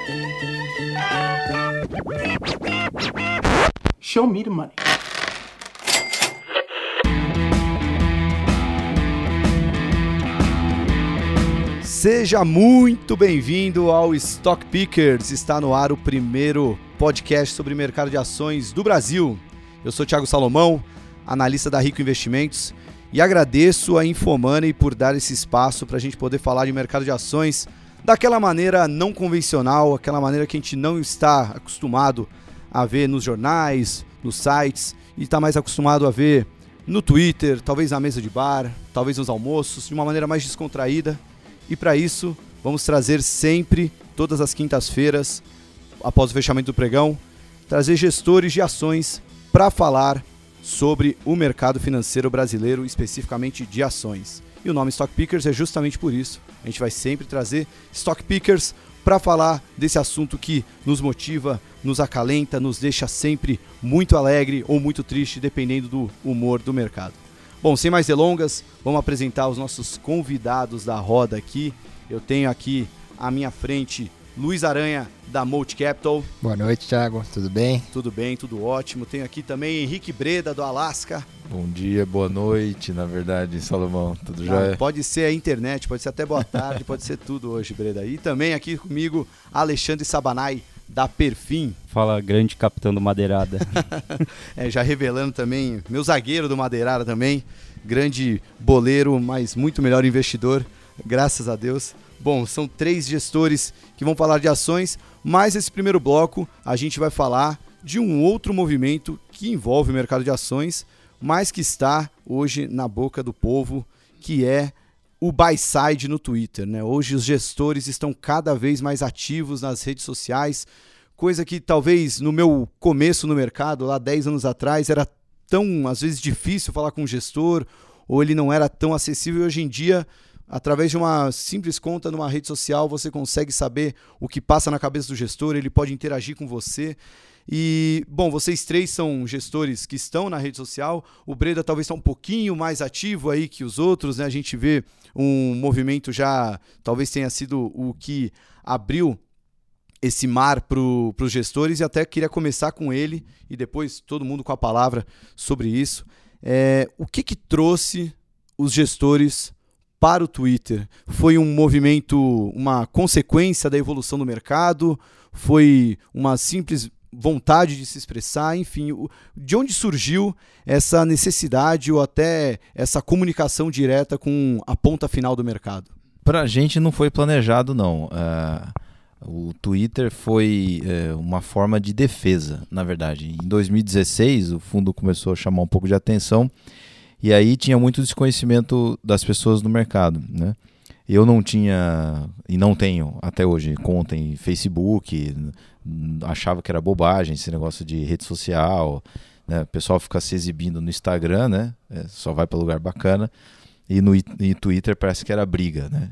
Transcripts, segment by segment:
Show me the money. Seja muito bem-vindo ao Stock Pickers. Está no ar o primeiro podcast sobre mercado de ações do Brasil. Eu sou Thiago Salomão, analista da Rico Investimentos, e agradeço a Infomoney por dar esse espaço para a gente poder falar de mercado de ações daquela maneira não convencional, aquela maneira que a gente não está acostumado a ver nos jornais, nos sites, e está mais acostumado a ver no Twitter, talvez na mesa de bar, talvez nos almoços, de uma maneira mais descontraída. E para isso, vamos trazer sempre, todas as quintas-feiras, após o fechamento do pregão, trazer gestores de ações para falar sobre o mercado financeiro brasileiro, especificamente de ações. E o nome Stock Pickers é justamente por isso. A gente vai sempre trazer Stock Pickers para falar desse assunto que nos motiva, nos acalenta, nos deixa sempre muito alegre ou muito triste, dependendo do humor do mercado. Bom, sem mais delongas, vamos apresentar os nossos convidados da roda aqui. Eu tenho aqui à minha frente Luiz Aranha, da Multi Capital. Boa noite, Thiago. Tudo bem? Tudo bem, tudo ótimo. Tenho aqui também Henrique Breda, do Alasca. Bom dia, boa noite, na verdade, Salomão. Tudo jóia? Pode ser a internet, pode ser até boa tarde, pode ser tudo hoje, Breda. E também aqui comigo, Alexandre Sabanai, da Perfim. Fala, grande capitão do Madeirada. Já revelando também, meu zagueiro do Madeirada também, grande boleiro, mas muito melhor investidor, graças a Deus. Bom, são 3 gestores que vão falar de ações, mas esse primeiro bloco a gente vai falar de um outro movimento que envolve o mercado de ações, mas que está hoje na boca do povo, que é o buy side no Twitter, né? Hoje os gestores estão cada vez mais ativos nas redes sociais, coisa que talvez no meu começo no mercado, lá 10 anos atrás, era tão, às vezes, difícil falar com um gestor, ou ele não era tão acessível. E hoje em dia, através de uma simples conta numa rede social, você consegue saber o que passa na cabeça do gestor, ele pode interagir com você. E, bom, vocês 3 são gestores que estão na rede social. O Breda talvez está um pouquinho mais ativo aí que os outros, né? A gente vê um movimento já, talvez tenha sido o que abriu esse mar para os gestores, e até queria começar com ele e depois todo mundo com a palavra sobre isso. O que trouxe os gestores para o Twitter? Foi um movimento, uma consequência da evolução do mercado? Foi uma simples vontade de se expressar? Enfim, de onde surgiu essa necessidade ou até essa comunicação direta com a ponta final do mercado? Para a gente não foi planejado, não. O Twitter foi uma forma de defesa, na verdade. Em 2016, o fundo começou a chamar um pouco de atenção, e aí tinha muito desconhecimento das pessoas no mercado, né? Eu não tinha, e não tenho até hoje, conta em Facebook, achava que era bobagem esse negócio de rede social, né? O pessoal fica se exibindo no Instagram, né? Só vai para lugar bacana, e no Twitter parece que era briga, né?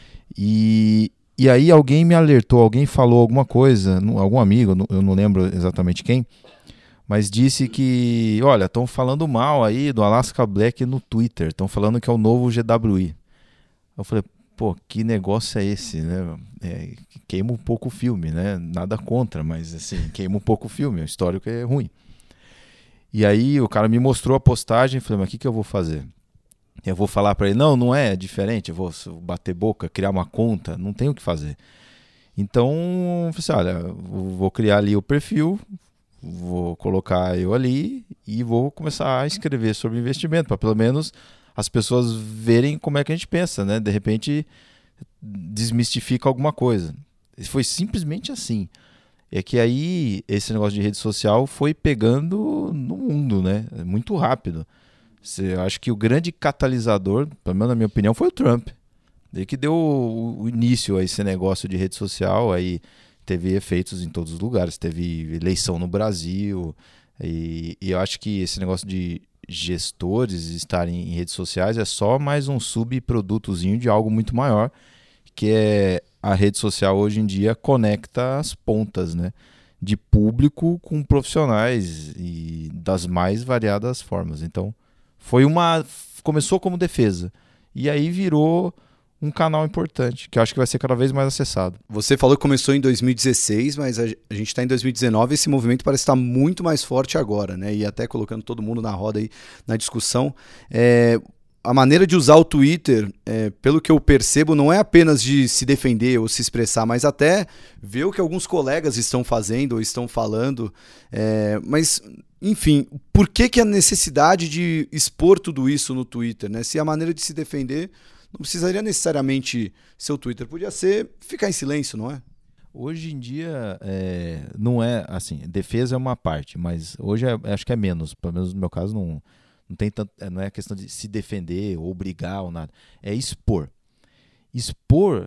E aí alguém me alertou, alguém falou alguma coisa, algum amigo, eu não lembro exatamente quem, mas disse que, olha, estão falando mal aí do Alaska Black no Twitter, estão falando que é o novo GWI. Eu falei, pô, que negócio é esse, né? Queima um pouco o filme, né? Nada contra, mas assim, queima um pouco o filme, o histórico é ruim. E aí o cara me mostrou a postagem e falei, mas o que eu vou fazer? Eu vou falar para ele, não é diferente, eu vou bater boca, criar uma conta, não tenho o que fazer. Então, eu falei assim, olha, vou criar ali o perfil, vou colocar eu ali e vou começar a escrever sobre investimento, para pelo menos as pessoas verem como é que a gente pensa, né? De repente desmistifica alguma coisa. Foi simplesmente assim. É que aí esse negócio de rede social foi pegando no mundo, né? Muito rápido. Eu acho que o grande catalisador, pelo menos na minha opinião, foi o Trump. Ele que deu o início a esse negócio de rede social, aí teve efeitos em todos os lugares, teve eleição no Brasil, e eu acho que esse negócio de gestores estarem em redes sociais é só mais um subprodutozinho de algo muito maior, que é a rede social hoje em dia conecta as pontas, né, de público com profissionais e das mais variadas formas. Então, começou como defesa e aí virou um canal importante, que eu acho que vai ser cada vez mais acessado. Você falou que começou em 2016, mas a gente está em 2019 e esse movimento parece estar muito mais forte agora, né? E até colocando todo mundo na roda aí na discussão. A maneira de usar o Twitter, pelo que eu percebo, não é apenas de se defender ou se expressar, mas até ver o que alguns colegas estão fazendo ou estão falando. Mas, enfim, por que a necessidade de expor tudo isso no Twitter, né? Se a maneira de se defender não precisaria necessariamente ser o Twitter, podia ser ficar em silêncio, não é? Hoje em dia, não é assim, defesa é uma parte, mas hoje acho que é menos, pelo menos no meu caso não tem tanto, não é questão de se defender ou brigar ou nada, é expor. Expor,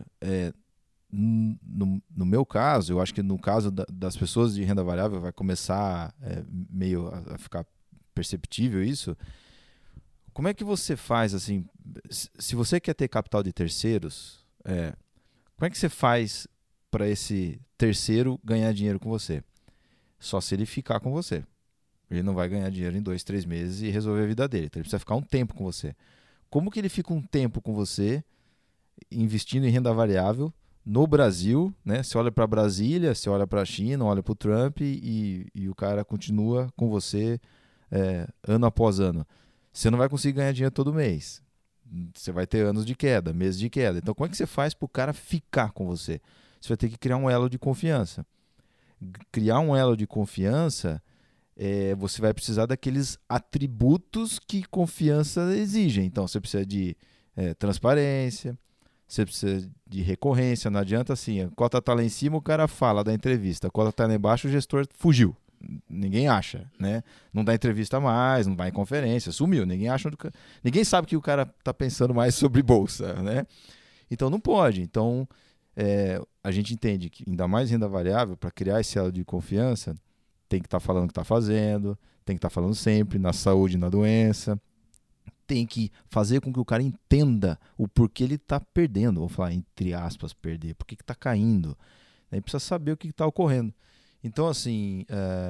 no meu caso, eu acho que no caso das pessoas de renda variável vai começar meio a ficar perceptível isso. Como é que você faz, assim, se você quer ter capital de terceiros, como é que você faz para esse terceiro ganhar dinheiro com você? Só se ele ficar com você. Ele não vai ganhar dinheiro em 2, 3 meses e resolver a vida dele. Então ele precisa ficar um tempo com você. Como que ele fica um tempo com você investindo em renda variável no Brasil, né? Você olha para Brasília, você olha para a China, olha para o Trump e o cara continua com você ano após ano. Você não vai conseguir ganhar dinheiro todo mês. Você vai ter anos de queda, meses de queda. Então, como é que você faz para o cara ficar com você? Você vai ter que criar um elo de confiança. Criar um elo de confiança, você vai precisar daqueles atributos que confiança exige. Então, você precisa de transparência, você precisa de recorrência. Não adianta assim, a cota está lá em cima, o cara fala da entrevista. A cota está lá embaixo, o gestor fugiu. Ninguém acha, né? Não dá entrevista mais, não vai em conferência, sumiu. Ninguém sabe que o cara está pensando mais sobre bolsa, né? Então não pode. Então a gente entende que ainda mais renda variável, para criar esse elo de confiança, tem que estar falando o que está fazendo, tem que estar falando sempre na saúde e na doença, tem que fazer com que o cara entenda o porquê ele está perdendo. Vou falar entre aspas, perder, por que está caindo. Ele precisa saber o que está ocorrendo. Então, assim,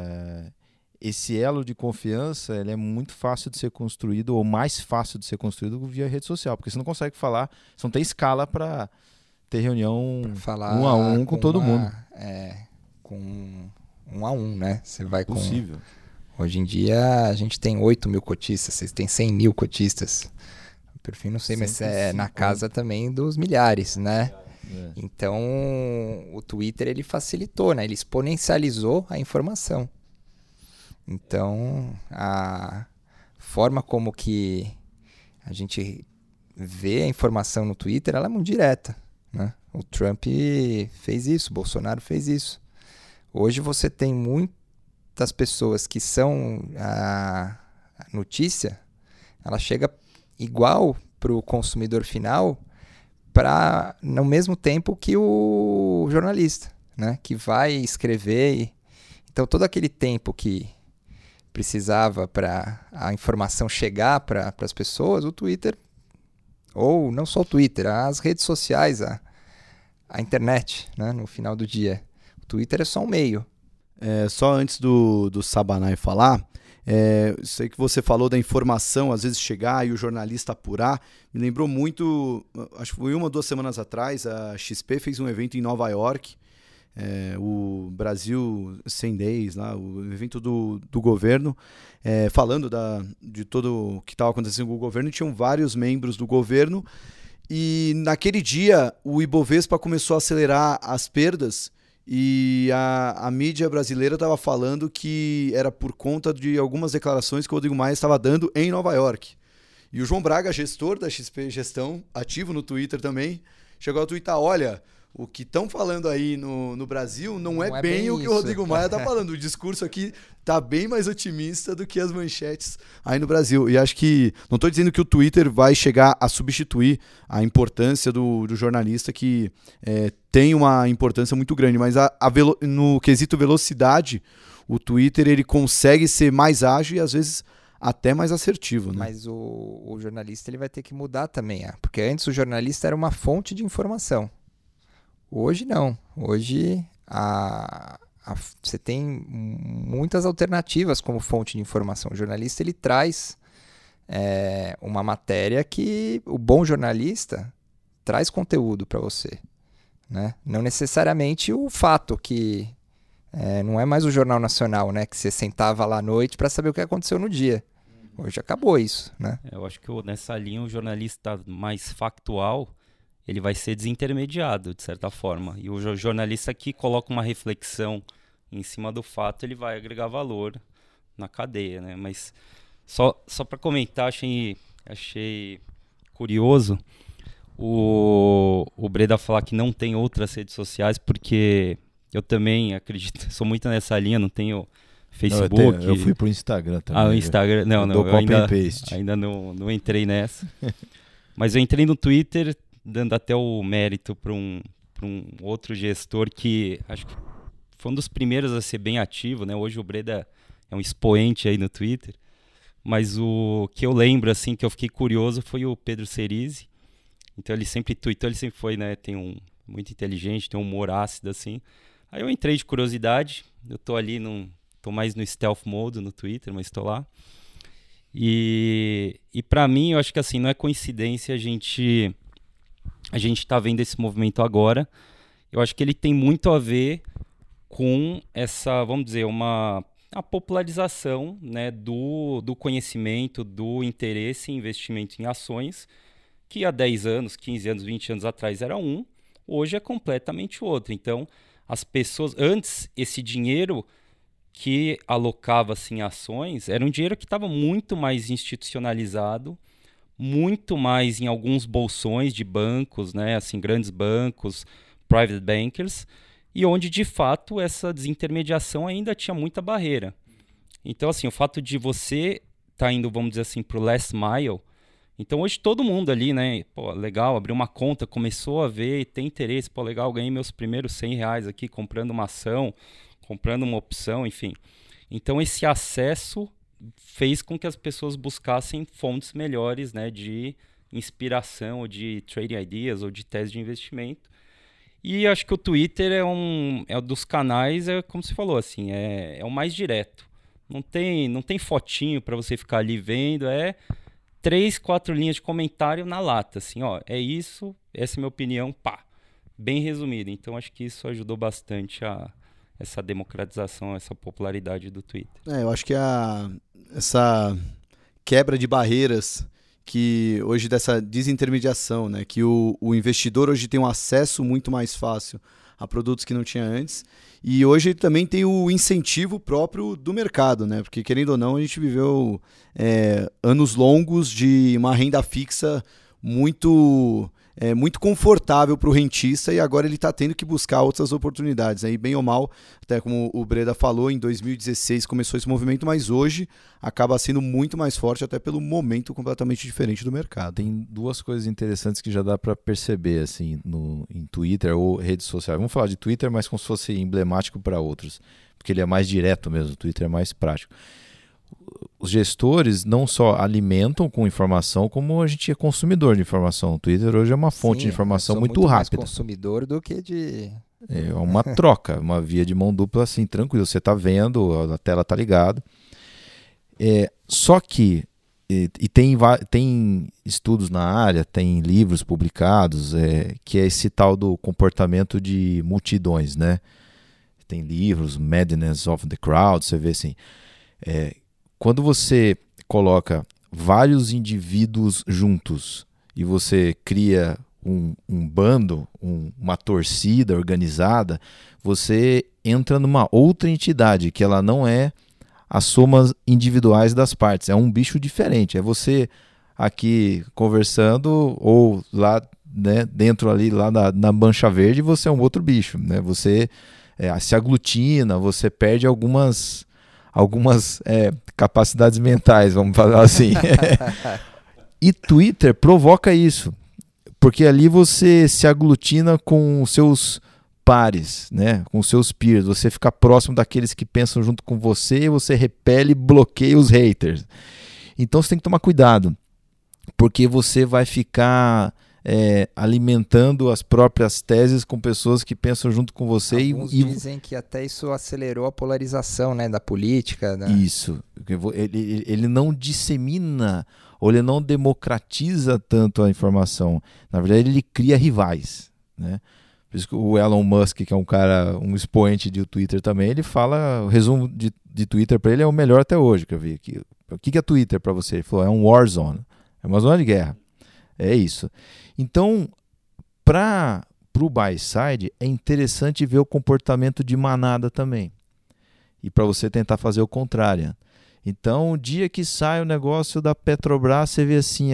esse elo de confiança ele é muito fácil de ser construído, ou mais fácil de ser construído via rede social, porque você não consegue falar, você não tem escala para ter reunião falar 1 a 1 com todo mundo. Com 1 a 1, né? Você vai Possível. Hoje em dia a gente tem 8 mil cotistas, vocês têm 100 mil cotistas. O perfil não sei, mas na casa também dos milhares, né? Então, o Twitter ele facilitou, né? Ele exponencializou a informação. Então, a forma como que a gente vê a informação no Twitter, ela é muito direta, né? O Trump fez isso, o Bolsonaro fez isso. Hoje você tem muitas pessoas que são a notícia, ela chega igual para o consumidor final, no mesmo tempo que o jornalista, né? Que vai escrever. Então, todo aquele tempo que precisava para a informação chegar para as pessoas, o Twitter, ou não só o Twitter, as redes sociais, a internet, né? No final do dia. O Twitter é só um meio. Só antes do Sabanai falar, sei que você falou da informação, às vezes chegar e o jornalista apurar, me lembrou muito, acho que foi 1 ou 2 semanas atrás, a XP fez um evento em Nova York, o Brasil 100 Days, lá, o evento do governo, falando de todo o que estava acontecendo com o governo, e tinham vários membros do governo, e naquele dia o Ibovespa começou a acelerar as perdas, e a mídia brasileira estava falando que era por conta de algumas declarações que o Rodrigo Maia estava dando em Nova York. E o João Braga, gestor da XP Gestão, ativo no Twitter também, chegou a twittar, olha, o que estão falando aí no Brasil não é bem o que o Rodrigo Maia está falando. O discurso aqui está bem mais otimista do que as manchetes aí no Brasil. E acho que, não estou dizendo que o Twitter vai chegar a substituir a importância do jornalista, que tem uma importância muito grande, mas no quesito velocidade, o Twitter ele consegue ser mais ágil e às vezes até mais assertivo, né? Mas o jornalista ele vai ter que mudar também, porque antes o jornalista era uma fonte de informação. Hoje não. Hoje você tem muitas alternativas como fonte de informação. O jornalista ele traz uma matéria que o bom jornalista traz conteúdo para você, né? Não necessariamente o fato que não é mais o Jornal Nacional, né? Que você sentava lá à noite para saber o que aconteceu no dia. Hoje acabou isso, né? Eu acho que nessa linha o jornalista mais factual, ele vai ser desintermediado, de certa forma. E o jornalista que coloca uma reflexão em cima do fato, ele vai agregar valor na cadeia, né? Mas só para comentar, achei curioso o Breda falar que não tem outras redes sociais, porque eu também acredito, sou muito nessa linha, não tenho Facebook. Eu fui pro Instagram também. O Instagram, não, eu ainda não entrei nessa. Mas eu entrei no Twitter, dando até o mérito para um outro gestor que acho que foi um dos primeiros a ser bem ativo, né? Hoje o Breda é um expoente aí no Twitter. Mas o que eu lembro, assim, que eu fiquei curioso foi o Pedro Cerise. Então ele sempre tweetou, ele sempre foi, né? Muito inteligente, tem um humor ácido, assim. Aí eu entrei de curiosidade, eu tô ali, tô mais no stealth mode no Twitter, mas tô lá. E para mim, eu acho que assim, não é coincidência a gente tá vendo esse movimento agora. Eu acho que ele tem muito a ver com essa, vamos dizer, a popularização, né, do conhecimento, do interesse em investimento em ações, que há 10 anos, 15 anos, 20 anos atrás era hoje é completamente outro. Então, as pessoas, antes, esse dinheiro que alocava-se em ações era um dinheiro que estava muito mais institucionalizado, muito mais em alguns bolsões de bancos, né, assim, grandes bancos, private bankers, e onde, de fato, essa desintermediação ainda tinha muita barreira. Então, assim, o fato de você estar indo, vamos dizer assim, para o last mile, então hoje todo mundo ali, né, pô, legal, abriu uma conta, começou a ver, tem interesse, pô, legal, ganhei meus primeiros R$100 aqui comprando uma ação, comprando uma opção, enfim. Então, esse acesso fez com que as pessoas buscassem fontes melhores, né, de inspiração, ou de trading ideas, ou de tese de investimento. E acho que o Twitter é um dos canais, como você falou, assim, é o mais direto. Não tem fotinho para você ficar ali vendo, 3, 4 linhas de comentário na lata, assim, ó, é isso, essa é a minha opinião, pá, bem resumido. Então acho que isso ajudou bastante essa democratização, essa popularidade do Twitter. Eu acho que essa quebra de barreiras que hoje dessa desintermediação, né, que o investidor hoje tem um acesso muito mais fácil a produtos que não tinha antes, e hoje ele também tem o incentivo próprio do mercado, né, porque querendo ou não a gente viveu anos longos de uma renda fixa muito confortável para o rentista, e agora ele está tendo que buscar outras oportunidades. Aí, bem ou mal, até como o Breda falou, em 2016 começou esse movimento, mas hoje acaba sendo muito mais forte, até pelo momento completamente diferente do mercado. Tem duas coisas interessantes que já dá para perceber assim, em Twitter ou redes sociais. Vamos falar de Twitter, mas como se fosse emblemático para outros, porque ele é mais direto mesmo, o Twitter é mais prático. Os gestores não só alimentam com informação, como a gente é consumidor de informação. O Twitter hoje é uma fonte de informação muito rápida. Mais consumidor do que de... É uma troca, uma via de mão dupla assim, tranquilo. Você está vendo, a tela está ligada. Só que, tem estudos na área, tem livros publicados, que é esse tal do comportamento de multidões, né? Tem livros, Madness of the Crowd, você vê assim... Quando você coloca vários indivíduos juntos e você cria um bando, uma torcida organizada, você entra numa outra entidade, que ela não é as somas individuais das partes, é um bicho diferente. É você aqui conversando ou lá, né, dentro ali lá na mancha verde, você é um outro bicho, né? Você se aglutina, você perde algumas capacidades mentais, vamos falar assim. E Twitter provoca isso, porque ali você se aglutina com os seus pares, né? Com os seus peers, você fica próximo daqueles que pensam junto com você e você repele e bloqueia os haters. Então você tem que tomar cuidado, porque você vai ficar alimentando as próprias teses com pessoas que pensam junto com você. Alguns dizem que até isso acelerou a polarização, né, da política. Isso. Ele não dissemina ou ele não democratiza tanto a informação. Na verdade, ele cria rivais, né? Por isso que o Elon Musk, que é um expoente de Twitter também, ele fala, o resumo de Twitter para ele é o melhor até hoje que eu vi aqui. O que é Twitter para você? Ele falou, é um war zone, é uma zona de guerra. É isso. Então, para o buy side, é interessante ver o comportamento de manada também. E para você tentar fazer o contrário. Então, o dia que sai o negócio da Petrobras, você vê assim,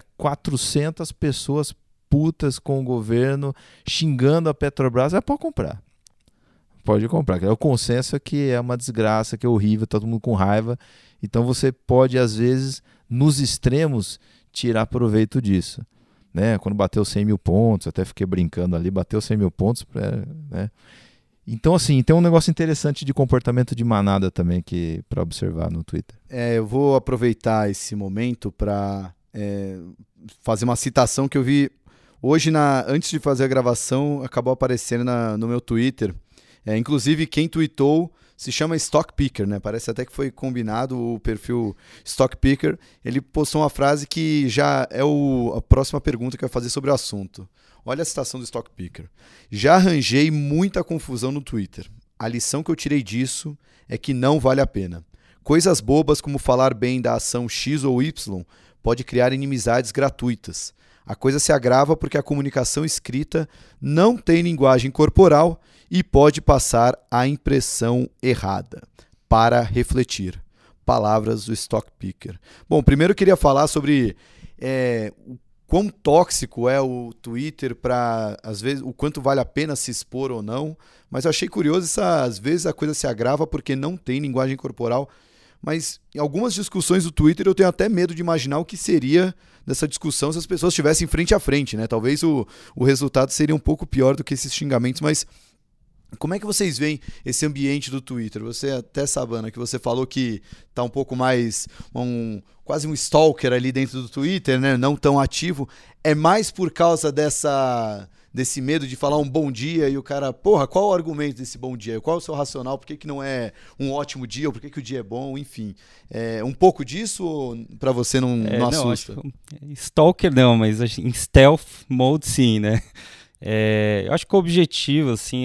400 pessoas putas com o governo, xingando a Petrobras, pode comprar. Pode comprar. O consenso é que é uma desgraça, que é horrível, tá todo mundo com raiva. Então você pode, às vezes, nos extremos, tirar proveito disso. Né? Quando bateu 100 mil pontos, até fiquei brincando ali, bateu 100 mil pontos, né? Então, assim, tem um negócio interessante de comportamento de manada também para observar no Twitter. Eu vou aproveitar esse momento para fazer uma citação que eu vi hoje, antes de fazer a gravação, acabou aparecendo no meu Twitter. Inclusive, quem tweetou se chama Stock Picker, né? Parece até que foi combinado o perfil Stock Picker. Ele postou uma frase que já é a próxima pergunta que eu vou fazer sobre o assunto. Olha a citação do Stock Picker. Já arranjei muita confusão no Twitter. A lição que eu tirei disso é que não vale a pena. Coisas bobas como falar bem da ação X ou Y pode criar inimizades gratuitas. A coisa se agrava porque a comunicação escrita não tem linguagem corporal e pode passar a impressão errada. Para refletir. Palavras do Stock Picker. Bom, primeiro eu queria falar sobre o quão tóxico é o Twitter para, às vezes, o quanto vale a pena se expor ou não. Mas eu achei curioso, às vezes a coisa se agrava porque não tem linguagem corporal. Mas em algumas discussões do Twitter eu tenho até medo de imaginar o que seria dessa discussão se as pessoas estivessem frente a frente, né? Talvez o resultado seria um pouco pior do que esses xingamentos, mas como é que vocês veem esse ambiente do Twitter? Você até, Savana, que você falou que está um pouco mais, quase um stalker ali dentro do Twitter, né? Não tão ativo. É mais por causa desse medo de falar um bom dia e o cara, qual o argumento desse bom dia? Qual é o seu racional? Por que não é um ótimo dia? Ou por que o dia é bom? Enfim, um pouco disso ou para você não assusta? Stalker não, mas em stealth mode sim, né? Eu acho que o objetivo, assim,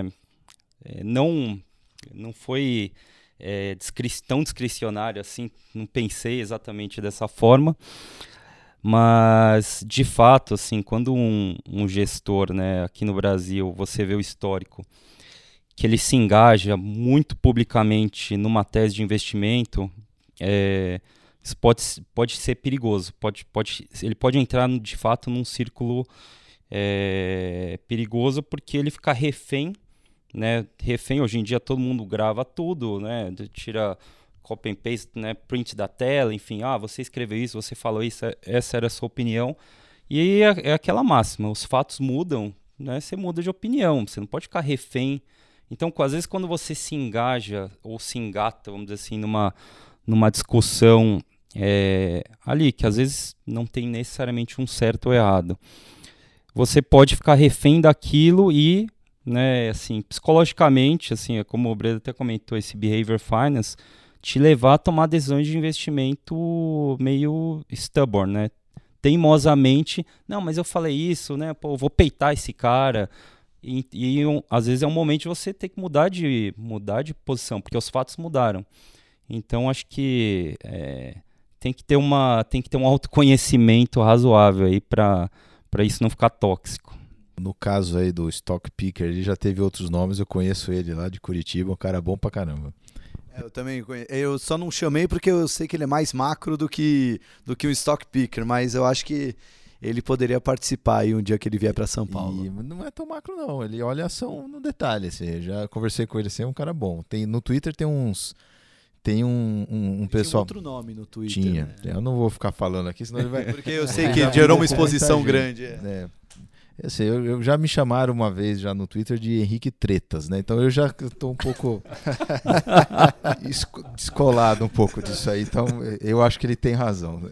não foi tão discricionário assim, não pensei exatamente dessa forma, mas de fato, assim, quando um gestor, né, aqui no Brasil, você vê o histórico, que ele se engaja muito publicamente numa tese de investimento, isso pode ser perigoso, ele pode entrar de fato num círculo perigoso, porque ele fica refém, né? Hoje em dia todo mundo grava tudo, né? Tira copy and paste, né? Print da tela, enfim, você escreveu isso, você falou isso, essa era a sua opinião. E aí é aquela máxima, os fatos mudam, né? Você muda de opinião, você não pode ficar refém. Então, às vezes, quando você se engaja ou se engata, vamos dizer assim, numa discussão ali, que às vezes não tem necessariamente um certo ou errado, você pode ficar refém daquilo e, né, assim, psicologicamente, assim, como o Breda até comentou, esse behavior finance, te levar a tomar decisões de investimento meio stubborn, né? Teimosamente, não, mas eu falei isso, né? Eu vou peitar esse cara. E às vezes é um momento de você ter que mudar de posição, porque os fatos mudaram. Então, acho que tem que ter um autoconhecimento razoável aí para isso não ficar tóxico. No caso aí do Stock Picker, ele já teve outros nomes, eu conheço ele lá de Curitiba, um cara bom pra caramba. Eu também conheço. Eu só não chamei porque eu sei que ele é mais macro do que um Stock Picker, mas eu acho que ele poderia participar aí um dia que ele vier para São Paulo. E não é tão macro não, ele olha a ação no detalhe, assim, já conversei com ele, assim, é um cara bom. No Twitter tem um pessoal... Tinha outro nome no Twitter. Tinha, né? Eu não vou ficar falando aqui, senão ele vai... Porque eu sei que gerou uma exposição grande. Eu sei, eu já me chamaram uma vez já no Twitter de Henrique Tretas, né? Então eu já estou um pouco descolado um pouco disso aí, então eu acho que ele tem razão.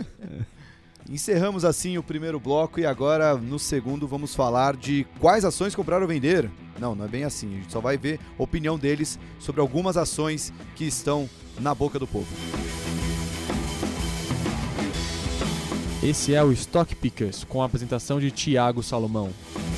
Encerramos assim o primeiro bloco e agora no segundo vamos falar de quais ações comprar ou vender. Não é bem assim, a gente só vai ver a opinião deles sobre algumas ações que estão na boca do povo. Esse é o Stock Pickers, com a apresentação de Thiago Salomão.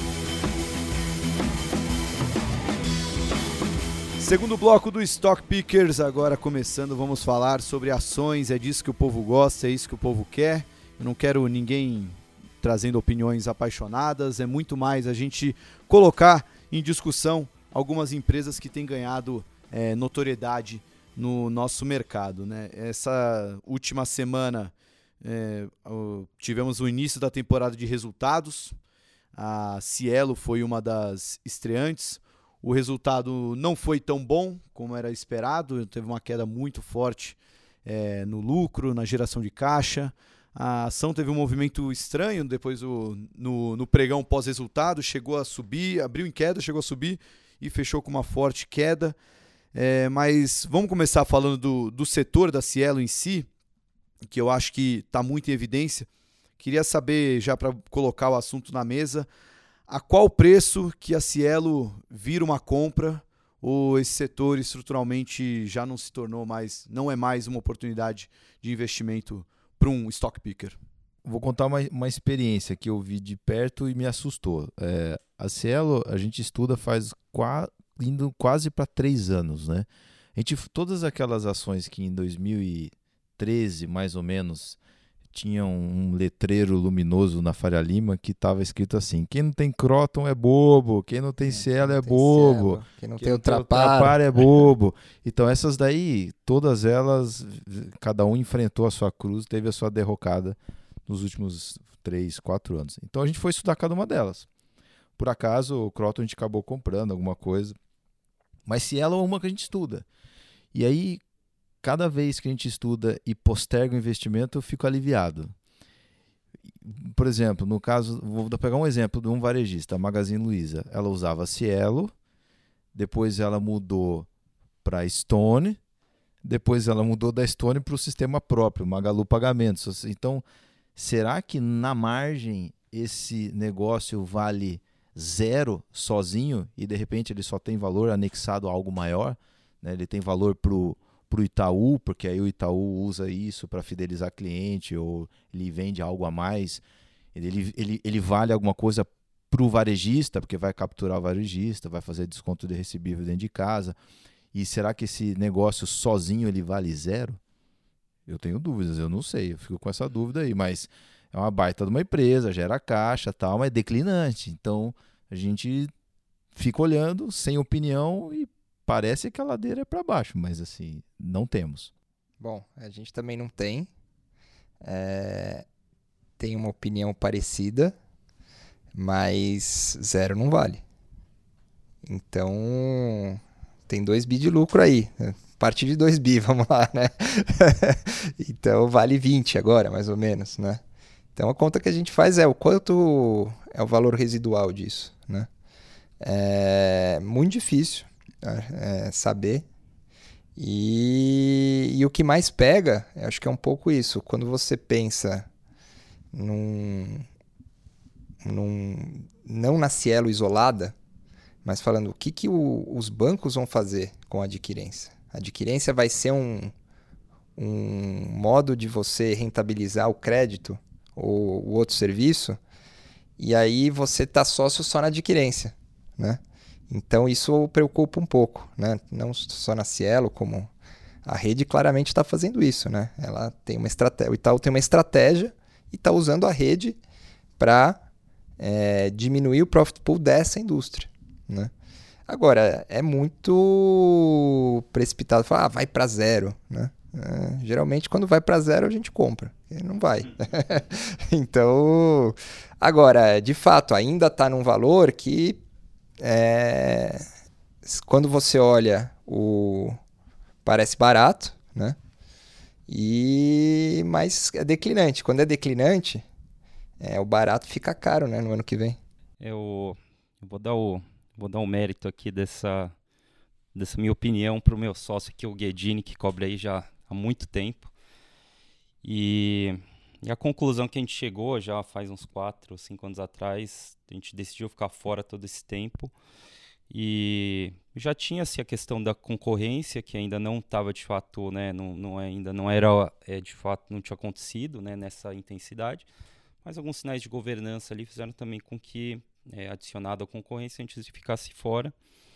Segundo bloco do Stock Pickers, agora começando, vamos falar sobre ações, é disso que o povo gosta, é isso que o povo quer. Eu não quero ninguém trazendo opiniões apaixonadas, é muito mais a gente colocar em discussão algumas empresas que têm ganhado notoriedade no nosso mercado, né? Essa última semana tivemos o início da temporada de resultados, a Cielo foi uma das estreantes. O resultado não foi tão bom como era esperado, teve uma queda muito forte no lucro, na geração de caixa. A ação teve um movimento estranho, depois no pregão pós-resultado, chegou a subir, abriu em queda, chegou a subir e fechou com uma forte queda. Mas vamos começar falando do setor da Cielo em si, que eu acho que está muito em evidência. Queria saber, já para colocar o assunto na mesa, a qual preço que a Cielo vira uma compra, ou esse setor estruturalmente já não se tornou mais, não é mais uma oportunidade de investimento para um stock picker? Vou contar uma experiência que eu vi de perto e me assustou. A Cielo a gente estuda indo quase para 3 anos, né? Todas aquelas ações que em 2013, mais ou menos, tinha um letreiro luminoso na Faria Lima que estava escrito assim: quem não tem Croton é bobo, quem não tem Cielo é bobo, quem não quem tem não tem Ultrapar Ultrapar é bobo. Então essas daí, todas elas, cada um enfrentou a sua cruz, teve a sua derrocada nos últimos 3, 4 anos. Então a gente foi estudar cada uma delas. Por acaso o Croton a gente acabou comprando alguma coisa, mas Cielo é uma que a gente estuda. E aí, cada vez que a gente estuda e posterga o investimento, eu fico aliviado. Por exemplo, no caso, vou pegar um exemplo de um varejista, a Magazine Luiza. Ela usava Cielo, depois ela mudou para Stone, depois ela mudou da Stone para o sistema próprio, Magalu Pagamentos. Então, será que na margem esse negócio vale 0 sozinho e de repente ele só tem valor anexado a algo maior? Né? Ele tem valor para o Itaú, porque aí o Itaú usa isso para fidelizar cliente, ou ele vende algo a mais, ele vale alguma coisa para o varejista, porque vai capturar o varejista, vai fazer desconto de recebível dentro de casa. E será que esse negócio sozinho ele vale 0? Eu tenho dúvidas, eu não sei, eu fico com essa dúvida aí, mas é uma baita de uma empresa, gera caixa, tal, mas é declinante. Então a gente fica olhando sem opinião e parece que a ladeira é para baixo, mas assim, não temos. Bom, a gente também não tem. Tem uma opinião parecida, mas 0 não vale. Então, tem 2 bi de lucro aí. Parte de 2 bi, vamos lá, né? Então, vale 20 agora, mais ou menos, né? Então, a conta que a gente faz é o quanto é o valor residual disso, né? É muito difícil saber. E o que mais pega, eu acho que é um pouco isso. Quando você pensa não na Cielo isolada, mas falando o que os bancos vão fazer com a adquirência. A adquirência vai ser um modo de você rentabilizar o crédito ou o outro serviço, e aí você está sócio só na adquirência, né? Então isso preocupa um pouco, né? Não só na Cielo, como a rede claramente está fazendo isso, né? Ela tem uma estratégia, o Itaú tem uma estratégia e está usando a rede para diminuir o profit pool dessa indústria, né? Agora, é muito precipitado falar, vai para 0, né? Geralmente quando vai para 0 a gente compra, não vai. Então, agora, de fato, ainda está num valor que quando você olha, parece barato, né? Mas é declinante. Quando é declinante, o barato fica caro, né, no ano que vem. Eu vou dar o mérito aqui dessa minha opinião para o meu sócio aqui, o Guedini, que cobre aí já há muito tempo. E a conclusão que a gente chegou já faz uns 4 ou 5 anos atrás, a gente decidiu ficar fora todo esse tempo. E já tinha-se a questão da concorrência, que ainda não estava de fato, né, ainda não era, de fato, não tinha acontecido, né, nessa intensidade, mas alguns sinais de governança ali fizeram também com que, adicionado à concorrência, a gente ficasse fora.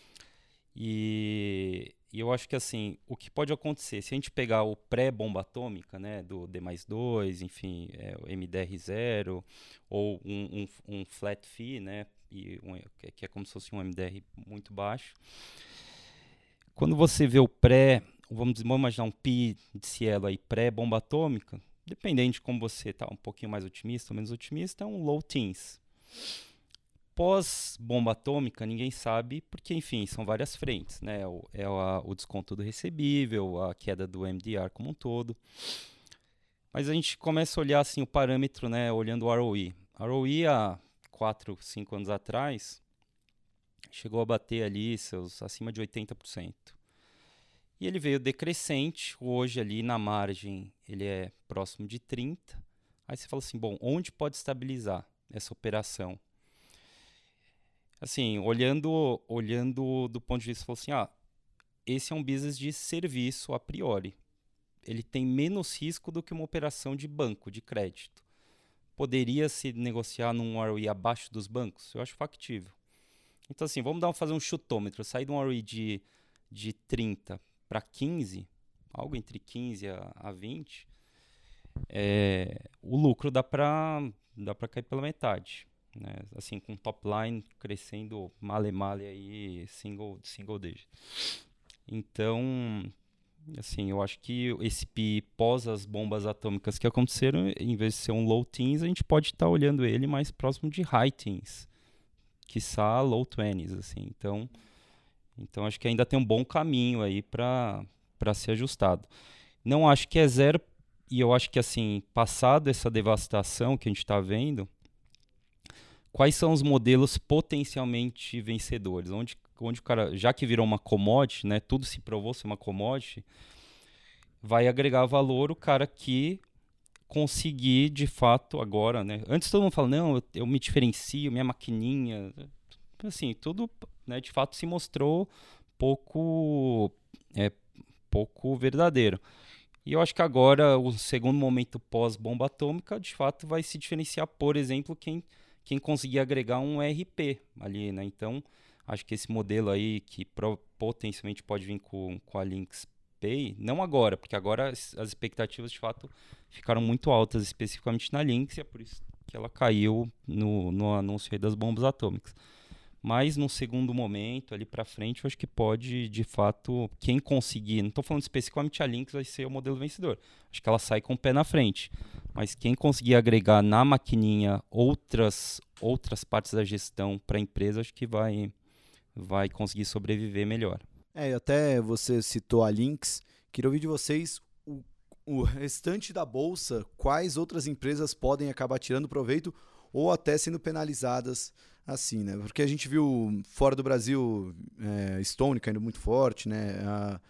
E eu acho que assim, o que pode acontecer, se a gente pegar o pré-bomba atômica, né, do D+2, enfim, o MDR0, ou um flat fee, né, que é como se fosse um MDR muito baixo. Quando você vê o vamos imaginar um pi de Cielo aí, pré-bomba atômica, dependendo de como você está, um pouquinho mais otimista ou menos otimista, é um low teens. Pós-bomba atômica, ninguém sabe, porque, enfim, são várias frentes, né? O desconto do recebível, a queda do MDR como um todo. Mas a gente começa a olhar assim, o parâmetro, né? Olhando o ROE. ROE, há 4, 5 anos atrás, chegou a bater ali seus acima de 80%. E ele veio decrescente, hoje ali na margem ele é próximo de 30%. Aí você fala assim, bom, onde pode estabilizar essa operação? Assim, olhando do ponto de vista, falou assim, esse é um business de serviço a priori. Ele tem menos risco do que uma operação de banco, de crédito. Poderia se negociar num ROE abaixo dos bancos? Eu acho factível. Então, assim, vamos fazer um chutômetro. Sair de um ROE de 30 para 15, algo entre 15 a 20, o lucro dá para cair pela metade. Né? Assim, com top line crescendo male aí, single digit. Então, assim, eu acho que esse PI pós as bombas atômicas que aconteceram, em vez de ser um low teens, a gente pode estar olhando ele mais próximo de high teens, quiçá low 20s, assim. Então acho que ainda tem um bom caminho aí para ser ajustado. Não acho que é zero, e eu acho que, assim, passado essa devastação que a gente está vendo, quais são os modelos potencialmente vencedores? Onde o cara, já que virou uma commodity, né, tudo se provou ser uma commodity, vai agregar valor o cara que conseguir, de fato, agora, né? Antes todo mundo fala, não, eu me diferencio, minha maquininha, assim, tudo, né, de fato se mostrou pouco verdadeiro. E eu acho que agora, o segundo momento pós-bomba atômica, de fato, vai se diferenciar, por exemplo, quem conseguir agregar um ERP ali, né? Então, acho que esse modelo aí, que potencialmente pode vir com a Lynx Pay, não agora, porque agora as expectativas, de fato, ficaram muito altas, especificamente na Lynx, e é por isso que ela caiu no anúncio aí das bombas atômicas. Mas, num segundo momento, ali para frente, eu acho que pode, de fato, quem conseguir, não estou falando especificamente a Lynx vai ser o modelo vencedor, acho que ela sai com o pé na frente, mas quem conseguir agregar na maquininha outras partes da gestão para a empresa, acho que vai conseguir sobreviver melhor. Até você citou a Lynx, queria ouvir de vocês o restante da bolsa, quais outras empresas podem acabar tirando proveito ou até sendo penalizadas assim, né? Porque a gente viu fora do Brasil Stone caindo muito forte, né?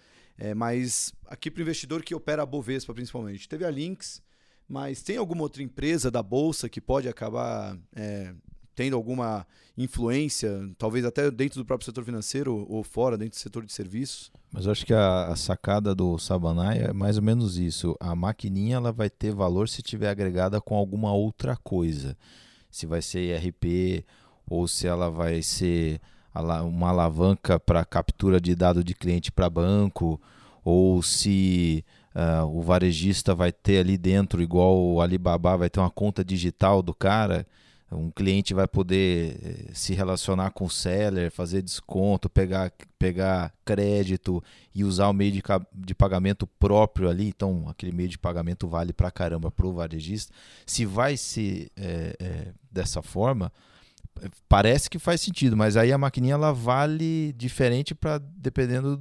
Mas aqui para o investidor que opera a Bovespa principalmente, teve a Lynx, mas tem alguma outra empresa da bolsa que pode acabar tendo alguma influência, talvez até dentro do próprio setor financeiro ou fora, dentro do setor de serviços? Mas eu acho que a sacada do Sabanai é mais ou menos isso. A maquininha ela vai ter valor se tiver agregada com alguma outra coisa. Se vai ser ERP ou se ela vai ser uma alavanca para captura de dado de cliente para banco, ou se o varejista vai ter ali dentro, igual o Alibaba, vai ter uma conta digital do cara, um cliente vai poder se relacionar com o seller, fazer desconto, pegar crédito e usar o meio de pagamento próprio ali, então aquele meio de pagamento vale pra caramba pro varejista. Se vai ser dessa forma, parece que faz sentido, mas aí a maquininha ela vale diferente dependendo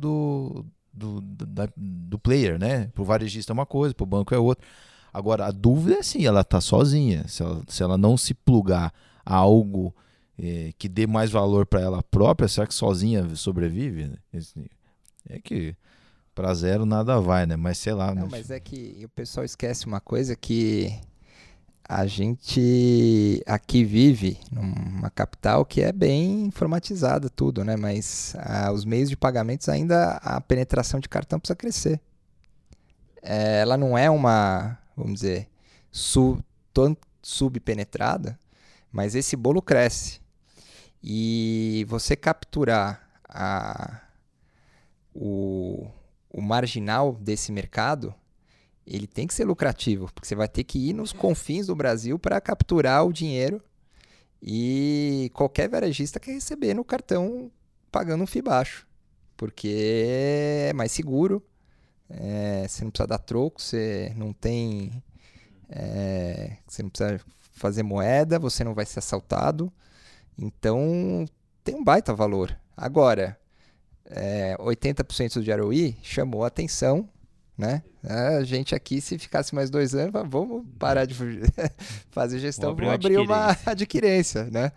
do player, né? Pro varejista é uma coisa, pro banco é outra. Agora, a dúvida é assim, ela está sozinha. Se ela não se plugar a algo que dê mais valor para ela própria, será que sozinha sobrevive? É que para zero nada vai, né? Mas sei lá. Não, mas é que o pessoal esquece uma coisa que A gente aqui vive numa capital que é bem informatizada tudo, né? Mas os meios de pagamentos ainda, a penetração de cartão precisa crescer. Ela não é uma, vamos dizer, tão subpenetrada, mas esse bolo cresce. E você capturar o marginal desse mercado, ele tem que ser lucrativo, porque você vai ter que ir nos confins do Brasil para capturar o dinheiro, e qualquer varejista quer receber no cartão pagando um FII baixo, porque é mais seguro, você não precisa dar troco, você não precisa fazer moeda, você não vai ser assaltado, então tem um baita valor. Agora, 80% de ROI chamou a atenção, né? A gente aqui, se ficasse mais 2 anos, vamos parar de fazer gestão, vamos abrir uma adquirência, né?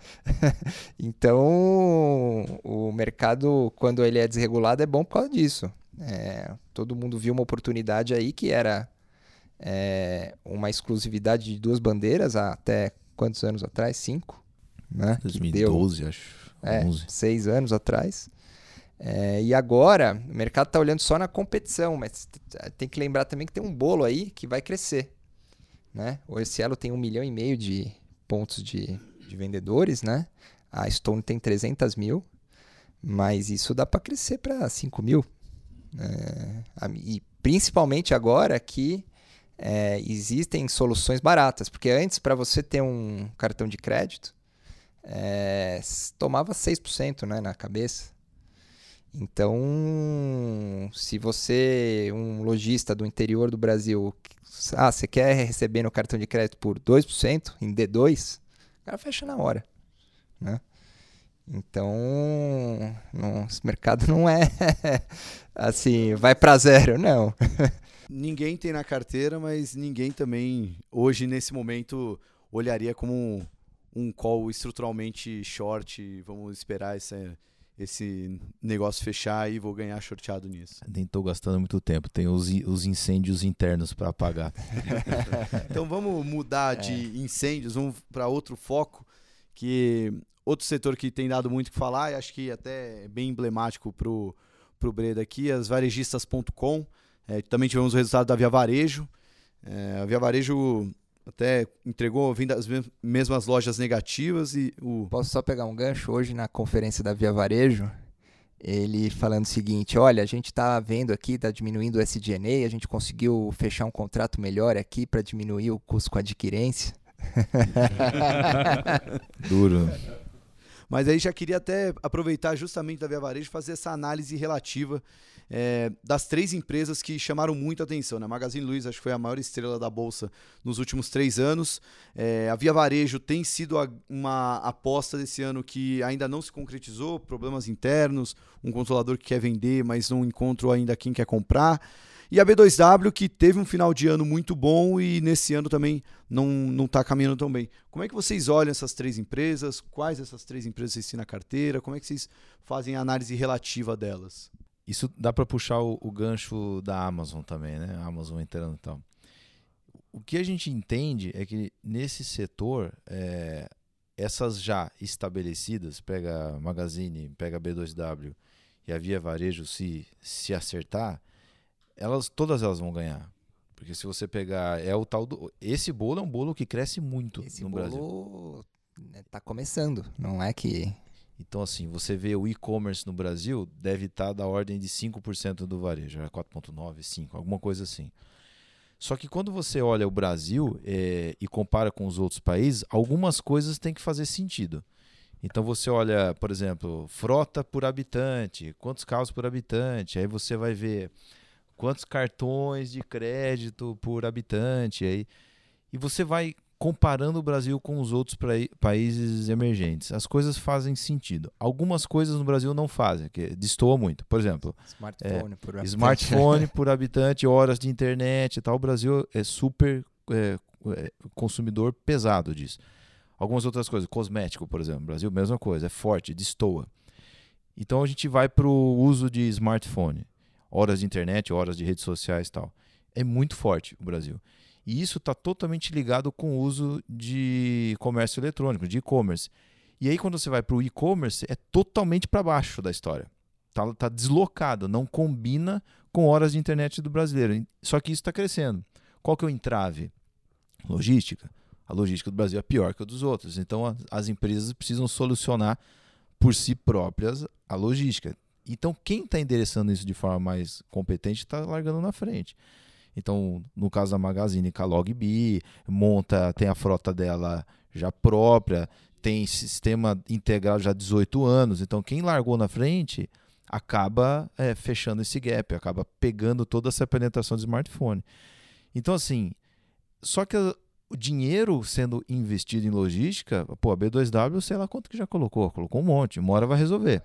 Então, o mercado, quando ele é desregulado, é bom por causa disso. Todo mundo viu uma oportunidade aí que era uma exclusividade de 2 bandeiras até quantos anos atrás? 5, né? 2012, acho. 11. 6 anos atrás. E agora, o mercado está olhando só na competição, mas tem que lembrar também que tem um bolo aí que vai crescer, né? O Cielo tem 1,5 milhão de pontos de vendedores, né? A Stone tem 300 mil, mas isso dá para crescer para 5 mil. E principalmente agora que existem soluções baratas, porque antes, para você ter um cartão de crédito, tomava 6%, né, na cabeça. Então, se você, um lojista do interior do Brasil, você quer receber no cartão de crédito por 2%, em D2, o cara fecha na hora, né? Então, esse mercado não é assim, vai para zero, não. Ninguém tem na carteira, mas ninguém também, hoje, nesse momento, olharia como um call estruturalmente short, vamos esperar esse negócio fechar e vou ganhar shorteado nisso. Nem estou gastando muito tempo, tem os incêndios internos para apagar. Então vamos mudar de incêndios, vamos para outro foco, que outro setor que tem dado muito o que falar, e acho que até é bem emblemático pro Breda aqui, as varejistas.com. Também tivemos o resultado da Via Varejo. A Via Varejo até entregou vindo das mesmas lojas negativas e Posso só pegar um gancho? Hoje na conferência da Via Varejo, ele falando o seguinte: olha, a gente está vendo aqui, está diminuindo o SG&A, a gente conseguiu fechar um contrato melhor aqui para diminuir o custo com a adquirência. Duro. Mas aí já queria até aproveitar justamente da Via Varejo e fazer essa análise relativa das 3 empresas que chamaram muito a atenção, né? A Magazine Luiza acho que foi a maior estrela da Bolsa nos últimos 3 anos. A Via Varejo tem sido uma aposta desse ano que ainda não se concretizou, problemas internos, um controlador que quer vender, mas não encontrou ainda quem quer comprar. E a B2W, que teve um final de ano muito bom e nesse ano também não está caminhando tão bem. Como é que vocês olham essas 3 empresas? Quais essas 3 empresas vocês têm na carteira? Como é que vocês fazem a análise relativa delas? Isso dá para puxar o gancho da Amazon também, né? A Amazon entrando e tal. O que a gente entende é que nesse setor, essas já estabelecidas, pega a Magazine, pega a B2W e a Via Varejo, se acertar, todas elas vão ganhar. Porque se você pegar, esse bolo é um bolo que cresce muito no Brasil. Esse bolo está começando, não é que... Então, assim, você vê o e-commerce no Brasil, deve estar da ordem de 5% do varejo, 4,9%, 5%, alguma coisa assim. Só que quando você olha o Brasil e compara com os outros países, algumas coisas têm que fazer sentido. Então você olha, por exemplo, frota por habitante, quantos carros por habitante, aí você vai ver quantos cartões de crédito por habitante, e você vai comparando o Brasil com os outros países emergentes. As coisas fazem sentido. Algumas coisas no Brasil não fazem, que destoa muito. Por exemplo, smartphone por habitante, horas de internet e tal. O Brasil é super consumidor pesado disso. Algumas outras coisas, cosmético, por exemplo. No Brasil, mesma coisa, é forte, destoa. Então a gente vai para o uso de smartphone, horas de internet, horas de redes sociais e tal. É muito forte o Brasil. E isso está totalmente ligado com o uso de comércio eletrônico, de e-commerce. E aí, quando você vai para o e-commerce, é totalmente para baixo da história. Tá deslocado, não combina com horas de internet do brasileiro. Só que isso está crescendo. Qual que é o entrave? Logística. A logística do Brasil é pior que a dos outros. Então, as empresas precisam solucionar por si próprias a logística. Então, quem está endereçando isso de forma mais competente está largando na frente. Então, no caso da Magazine, com a Logbi, tem a frota dela já própria, tem sistema integrado já há 18 anos. Então, quem largou na frente acaba fechando esse gap, acaba pegando toda essa penetração de smartphone. Então, assim, só que o dinheiro sendo investido em logística, a B2W, sei lá quanto que já colocou um monte, uma hora vai resolver.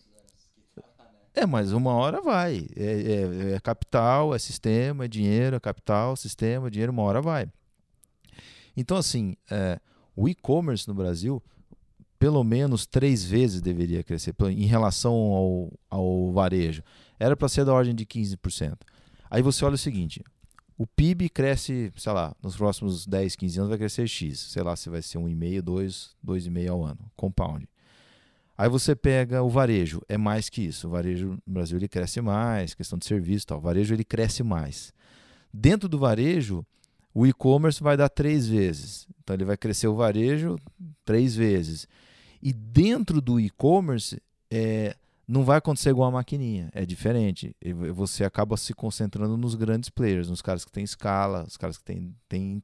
Mas uma hora vai. É capital, é sistema, é dinheiro, é capital, sistema, dinheiro, uma hora vai. Então, assim, o e-commerce no Brasil, pelo menos 3 vezes deveria crescer em relação ao varejo. Era para ser da ordem de 15%. Aí você olha o seguinte, o PIB cresce, sei lá, nos próximos 10, 15 anos vai crescer X. Sei lá se vai ser 1,5%, 2,5% ao ano, compound. Aí você pega o varejo, é mais que isso. O varejo no Brasil ele cresce mais, questão de serviço e tal. O varejo ele cresce mais. Dentro do varejo, o e-commerce vai dar 3 vezes. Então ele vai crescer o varejo 3 vezes. E dentro do e-commerce, não vai acontecer igual a maquininha. É diferente. Você acaba se concentrando nos grandes players, nos caras que têm escala, os caras que têm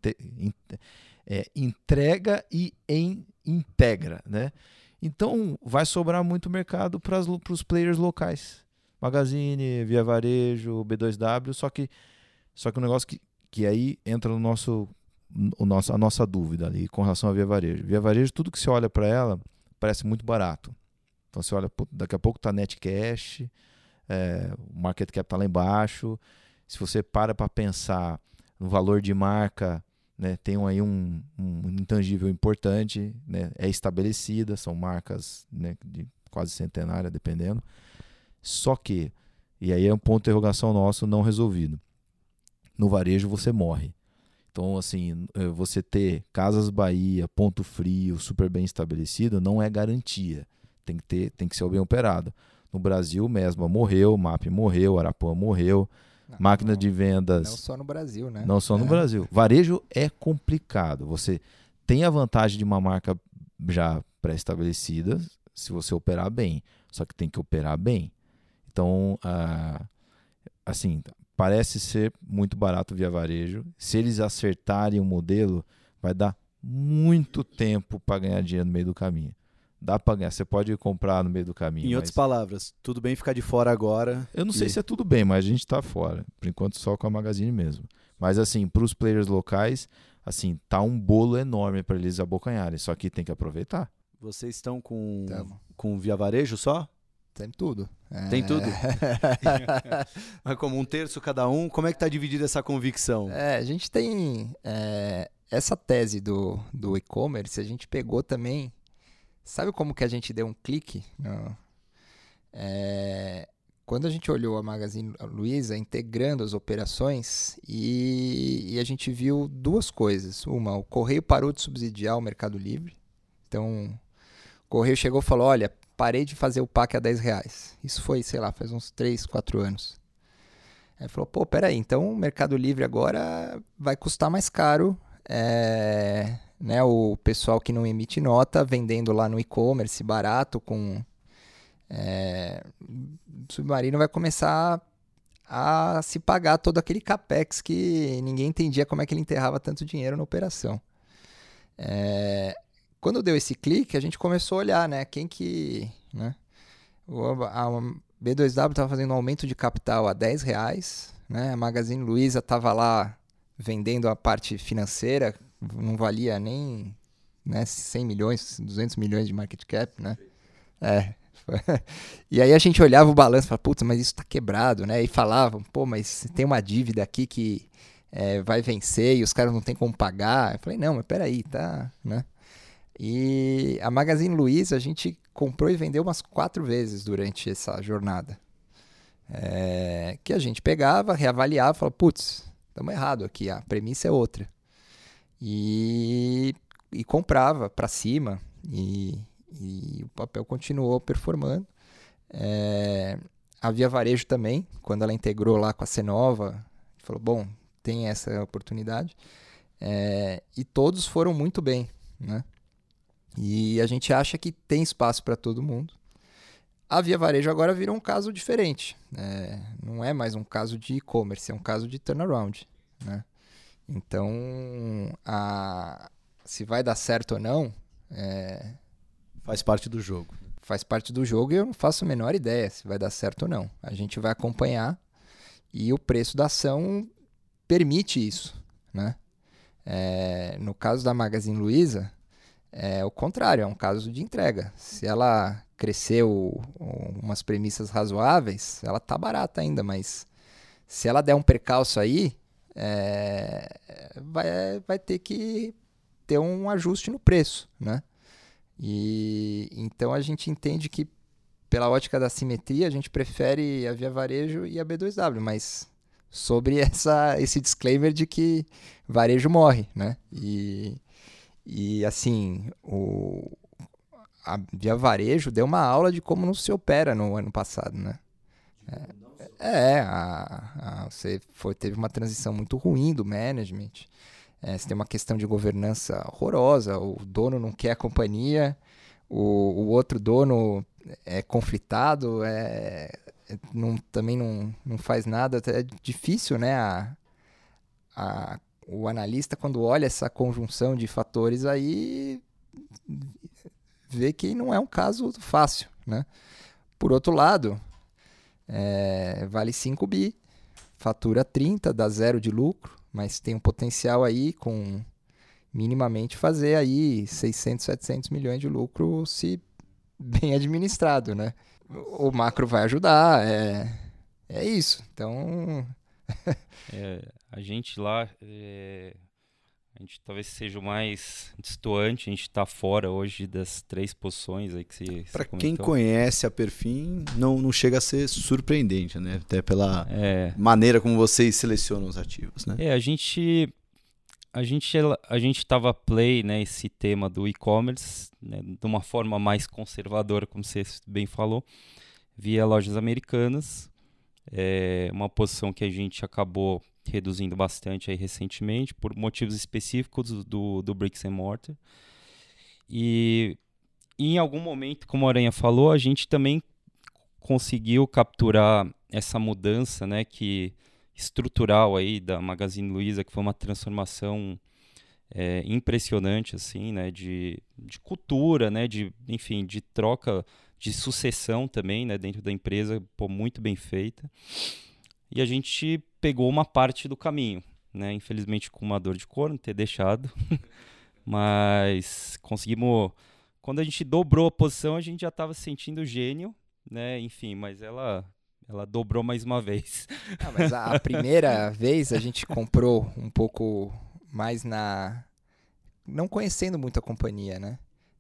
entrega e integra, né? Então, vai sobrar muito mercado para os players locais. Magazine, Via Varejo, B2W, só que o negócio que aí entra a nossa dúvida ali com relação à Via Varejo. Via Varejo, tudo que você olha para ela parece muito barato. Então, você olha, daqui a pouco está net cash, o market cap está lá embaixo. Se você para pensar no valor de marca, né, tem aí um intangível importante, né, é estabelecida, são marcas, né, de quase centenária, dependendo. Só que, e aí é um ponto de interrogação nosso não resolvido, no varejo você morre. Então, assim, você ter Casas Bahia, Ponto Frio, super bem estabelecido, não é garantia. Tem que ser bem operado. No Brasil, Mesma morreu, MAP morreu, Arapuã morreu. Máquina de vendas. Não só no Brasil, né? Não só no Brasil. Varejo é complicado. Você tem a vantagem de uma marca já pré-estabelecida se você operar bem. Só que tem que operar bem. Então, assim, parece ser muito barato via varejo. Se eles acertarem o modelo, vai dar muito tempo para ganhar dinheiro no meio do caminho. Dá para ganhar, você pode comprar no meio do caminho. Em outras palavras, tudo bem ficar de fora agora. Eu não sei se é tudo bem, mas a gente está fora. Por enquanto só com a Magazine mesmo. Mas assim, para os players locais, assim, tá um bolo enorme para eles abocanharem. Só que tem que aproveitar. Vocês estão com Via Varejo só? Tem tudo. Tem tudo? Mas como 1/3 cada um, como é que está dividida essa convicção? A gente tem essa tese do e-commerce, a gente pegou também. Sabe como que a gente deu um clique? Quando a gente olhou a Magazine Luiza integrando as operações e a gente viu 2 coisas. Uma, o Correio parou de subsidiar o Mercado Livre. Então, o Correio chegou e falou, olha, parei de fazer o PAC a R$10. Isso foi, sei lá, faz uns 3, 4 anos. Aí falou, peraí, então o Mercado Livre agora vai custar mais caro, né, o pessoal que não emite nota vendendo lá no e-commerce barato com Submarino vai começar a se pagar todo aquele capex que ninguém entendia como é que ele enterrava tanto dinheiro na operação. Quando deu esse clique, a gente começou a olhar, né, quem que, né, a B2W estava fazendo um aumento de capital a R$10, né, a Magazine Luiza estava lá vendendo a parte financeira, não valia nem, né, 100 milhões, 200 milhões de market cap, né? E aí a gente olhava o balanço e falava, putz, mas isso tá quebrado, né? E falavam, mas tem uma dívida aqui que vai vencer e os caras não tem como pagar. Eu falei, não, mas peraí, tá, né? E a Magazine Luiza a gente comprou e vendeu umas 4 vezes durante essa jornada. Que a gente pegava, reavaliava, falava, putz, estamos errados aqui, a premissa é outra. E comprava para cima e o papel continuou performando. A Via Varejo também, quando ela integrou lá com a Cenova, falou, bom, tem essa oportunidade. E todos foram muito bem, né? E a gente acha que tem espaço para todo mundo. A Via Varejo agora virou um caso diferente. Não é mais um caso de e-commerce, é um caso de turnaround, né? Então, se vai dar certo ou não... Faz parte do jogo. Faz parte do jogo e eu não faço a menor ideia se vai dar certo ou não. A gente vai acompanhar e o preço da ação permite isso, né? No caso da Magazine Luiza, é o contrário, é um caso de entrega. Se ela cresceu umas premissas razoáveis, ela tá barata ainda, mas se ela der um percalço aí, vai ter que ter um ajuste no preço, né? E então a gente entende que, pela ótica da simetria, a gente prefere a Via Varejo e a B2W, mas sobre esse disclaimer de que varejo morre, né? E assim, a Via Varejo deu uma aula de como não se opera no ano passado, né? Você teve uma transição muito ruim do management. Você tem uma questão de governança horrorosa, o dono não quer a companhia, o outro dono é conflitado, também não faz nada. É difícil, né? O analista, quando olha essa conjunção de fatores aí, vê que não é um caso fácil, né? Por outro lado, vale 5 bi, fatura 30, dá 0 de lucro, mas tem um potencial aí com minimamente fazer aí 600, 700 milhões de lucro se bem administrado, né? O macro vai ajudar, é isso. Então... a gente lá, a gente talvez seja o mais destoante, a gente está fora hoje das 3 posições aí que você comentou. Para quem conhece a Perfin, não chega a ser surpreendente, né? Até pela maneira como vocês selecionam os ativos, né? A gente estava play, né, esse tema do e-commerce, né, de uma forma mais conservadora, como você bem falou, via lojas americanas. Uma posição que a gente acabou reduzindo bastante aí recentemente por motivos específicos do Bricks and Mortar. E em algum momento, como a Aranha falou, a gente também conseguiu capturar essa mudança, né, estrutural aí da Magazine Luiza, que foi uma transformação impressionante, assim, né, de cultura, né, enfim, de troca, de sucessão também, né, dentro da empresa, muito bem feita. E a gente pegou uma parte do caminho, né, infelizmente com uma dor de corno ter deixado, mas conseguimos. Quando a gente dobrou a posição, a gente já estava se sentindo gênio, né, enfim, mas ela dobrou mais uma vez. Mas a primeira vez a gente comprou um pouco mais não conhecendo muito a companhia, né?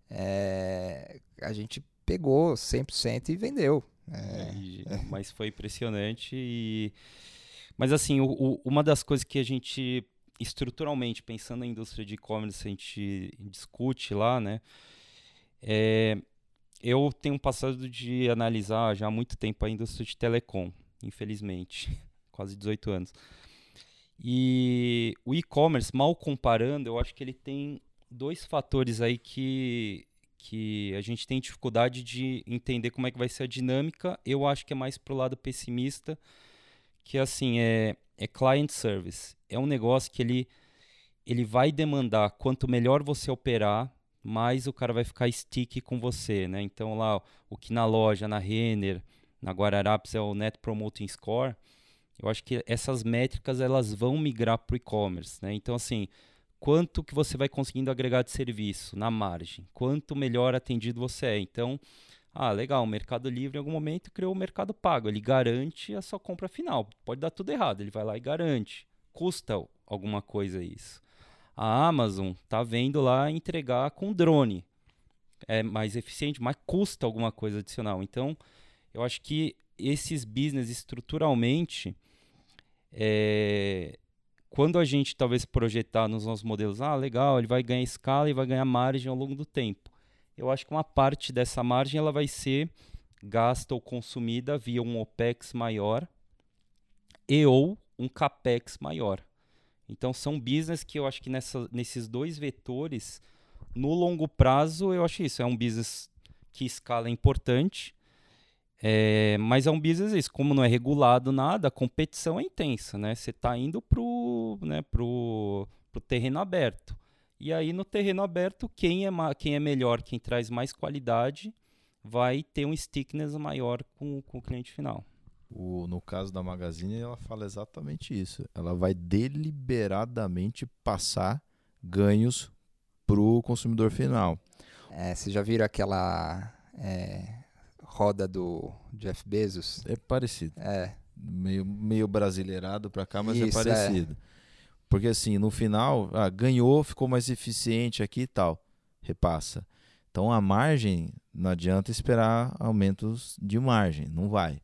A gente pegou 100% e vendeu. Mas foi impressionante. Mas assim, uma das coisas que a gente, estruturalmente, pensando na indústria de e-commerce, a gente discute lá, né? Eu tenho um passado de analisar já há muito tempo a indústria de telecom, infelizmente, quase 18 anos. E o e-commerce, mal comparando, eu acho que ele tem 2 fatores aí que a gente tem dificuldade de entender como é que vai ser a dinâmica. Eu acho que é mais pro lado pessimista, que assim, é client service. É um negócio que ele vai demandar, quanto melhor você operar, mais o cara vai ficar sticky com você, né? Então lá, o que na loja, na Renner, na Guararapes é o Net Promoting Score, eu acho que essas métricas elas vão migrar para o e-commerce, né? Então assim, quanto que você vai conseguindo agregar de serviço na margem, quanto melhor atendido você é. Então, legal, o Mercado Livre em algum momento criou o Mercado Pago, ele garante a sua compra final, pode dar tudo errado, ele vai lá e garante, custa alguma coisa isso. A Amazon está vendo lá entregar com drone. É mais eficiente, mas custa alguma coisa adicional. Então, eu acho que esses business estruturalmente, quando a gente talvez projetar nos nossos modelos, legal, ele vai ganhar escala e vai ganhar margem ao longo do tempo. Eu acho que uma parte dessa margem ela vai ser gasta ou consumida via um OPEX maior e ou um CAPEX maior. Então são business que eu acho que nesses dois vetores, no longo prazo, eu acho isso. É um business que escala é importante, mas é um business isso. Como não é regulado nada, a competição é intensa, né? Você está indo pro terreno aberto. E aí no terreno aberto, quem é melhor, quem traz mais qualidade, vai ter um stickiness maior com o cliente final. No caso da Magazine, ela fala exatamente isso. Ela vai deliberadamente passar ganhos para o consumidor final. Vocês já viram aquela roda do Jeff Bezos? É parecido. Meio brasileirado para cá, mas Isso, é parecido. Porque assim, no final, ganhou, ficou mais eficiente aqui e tal. Repassa. Então a margem, não adianta esperar aumentos de margem, não vai.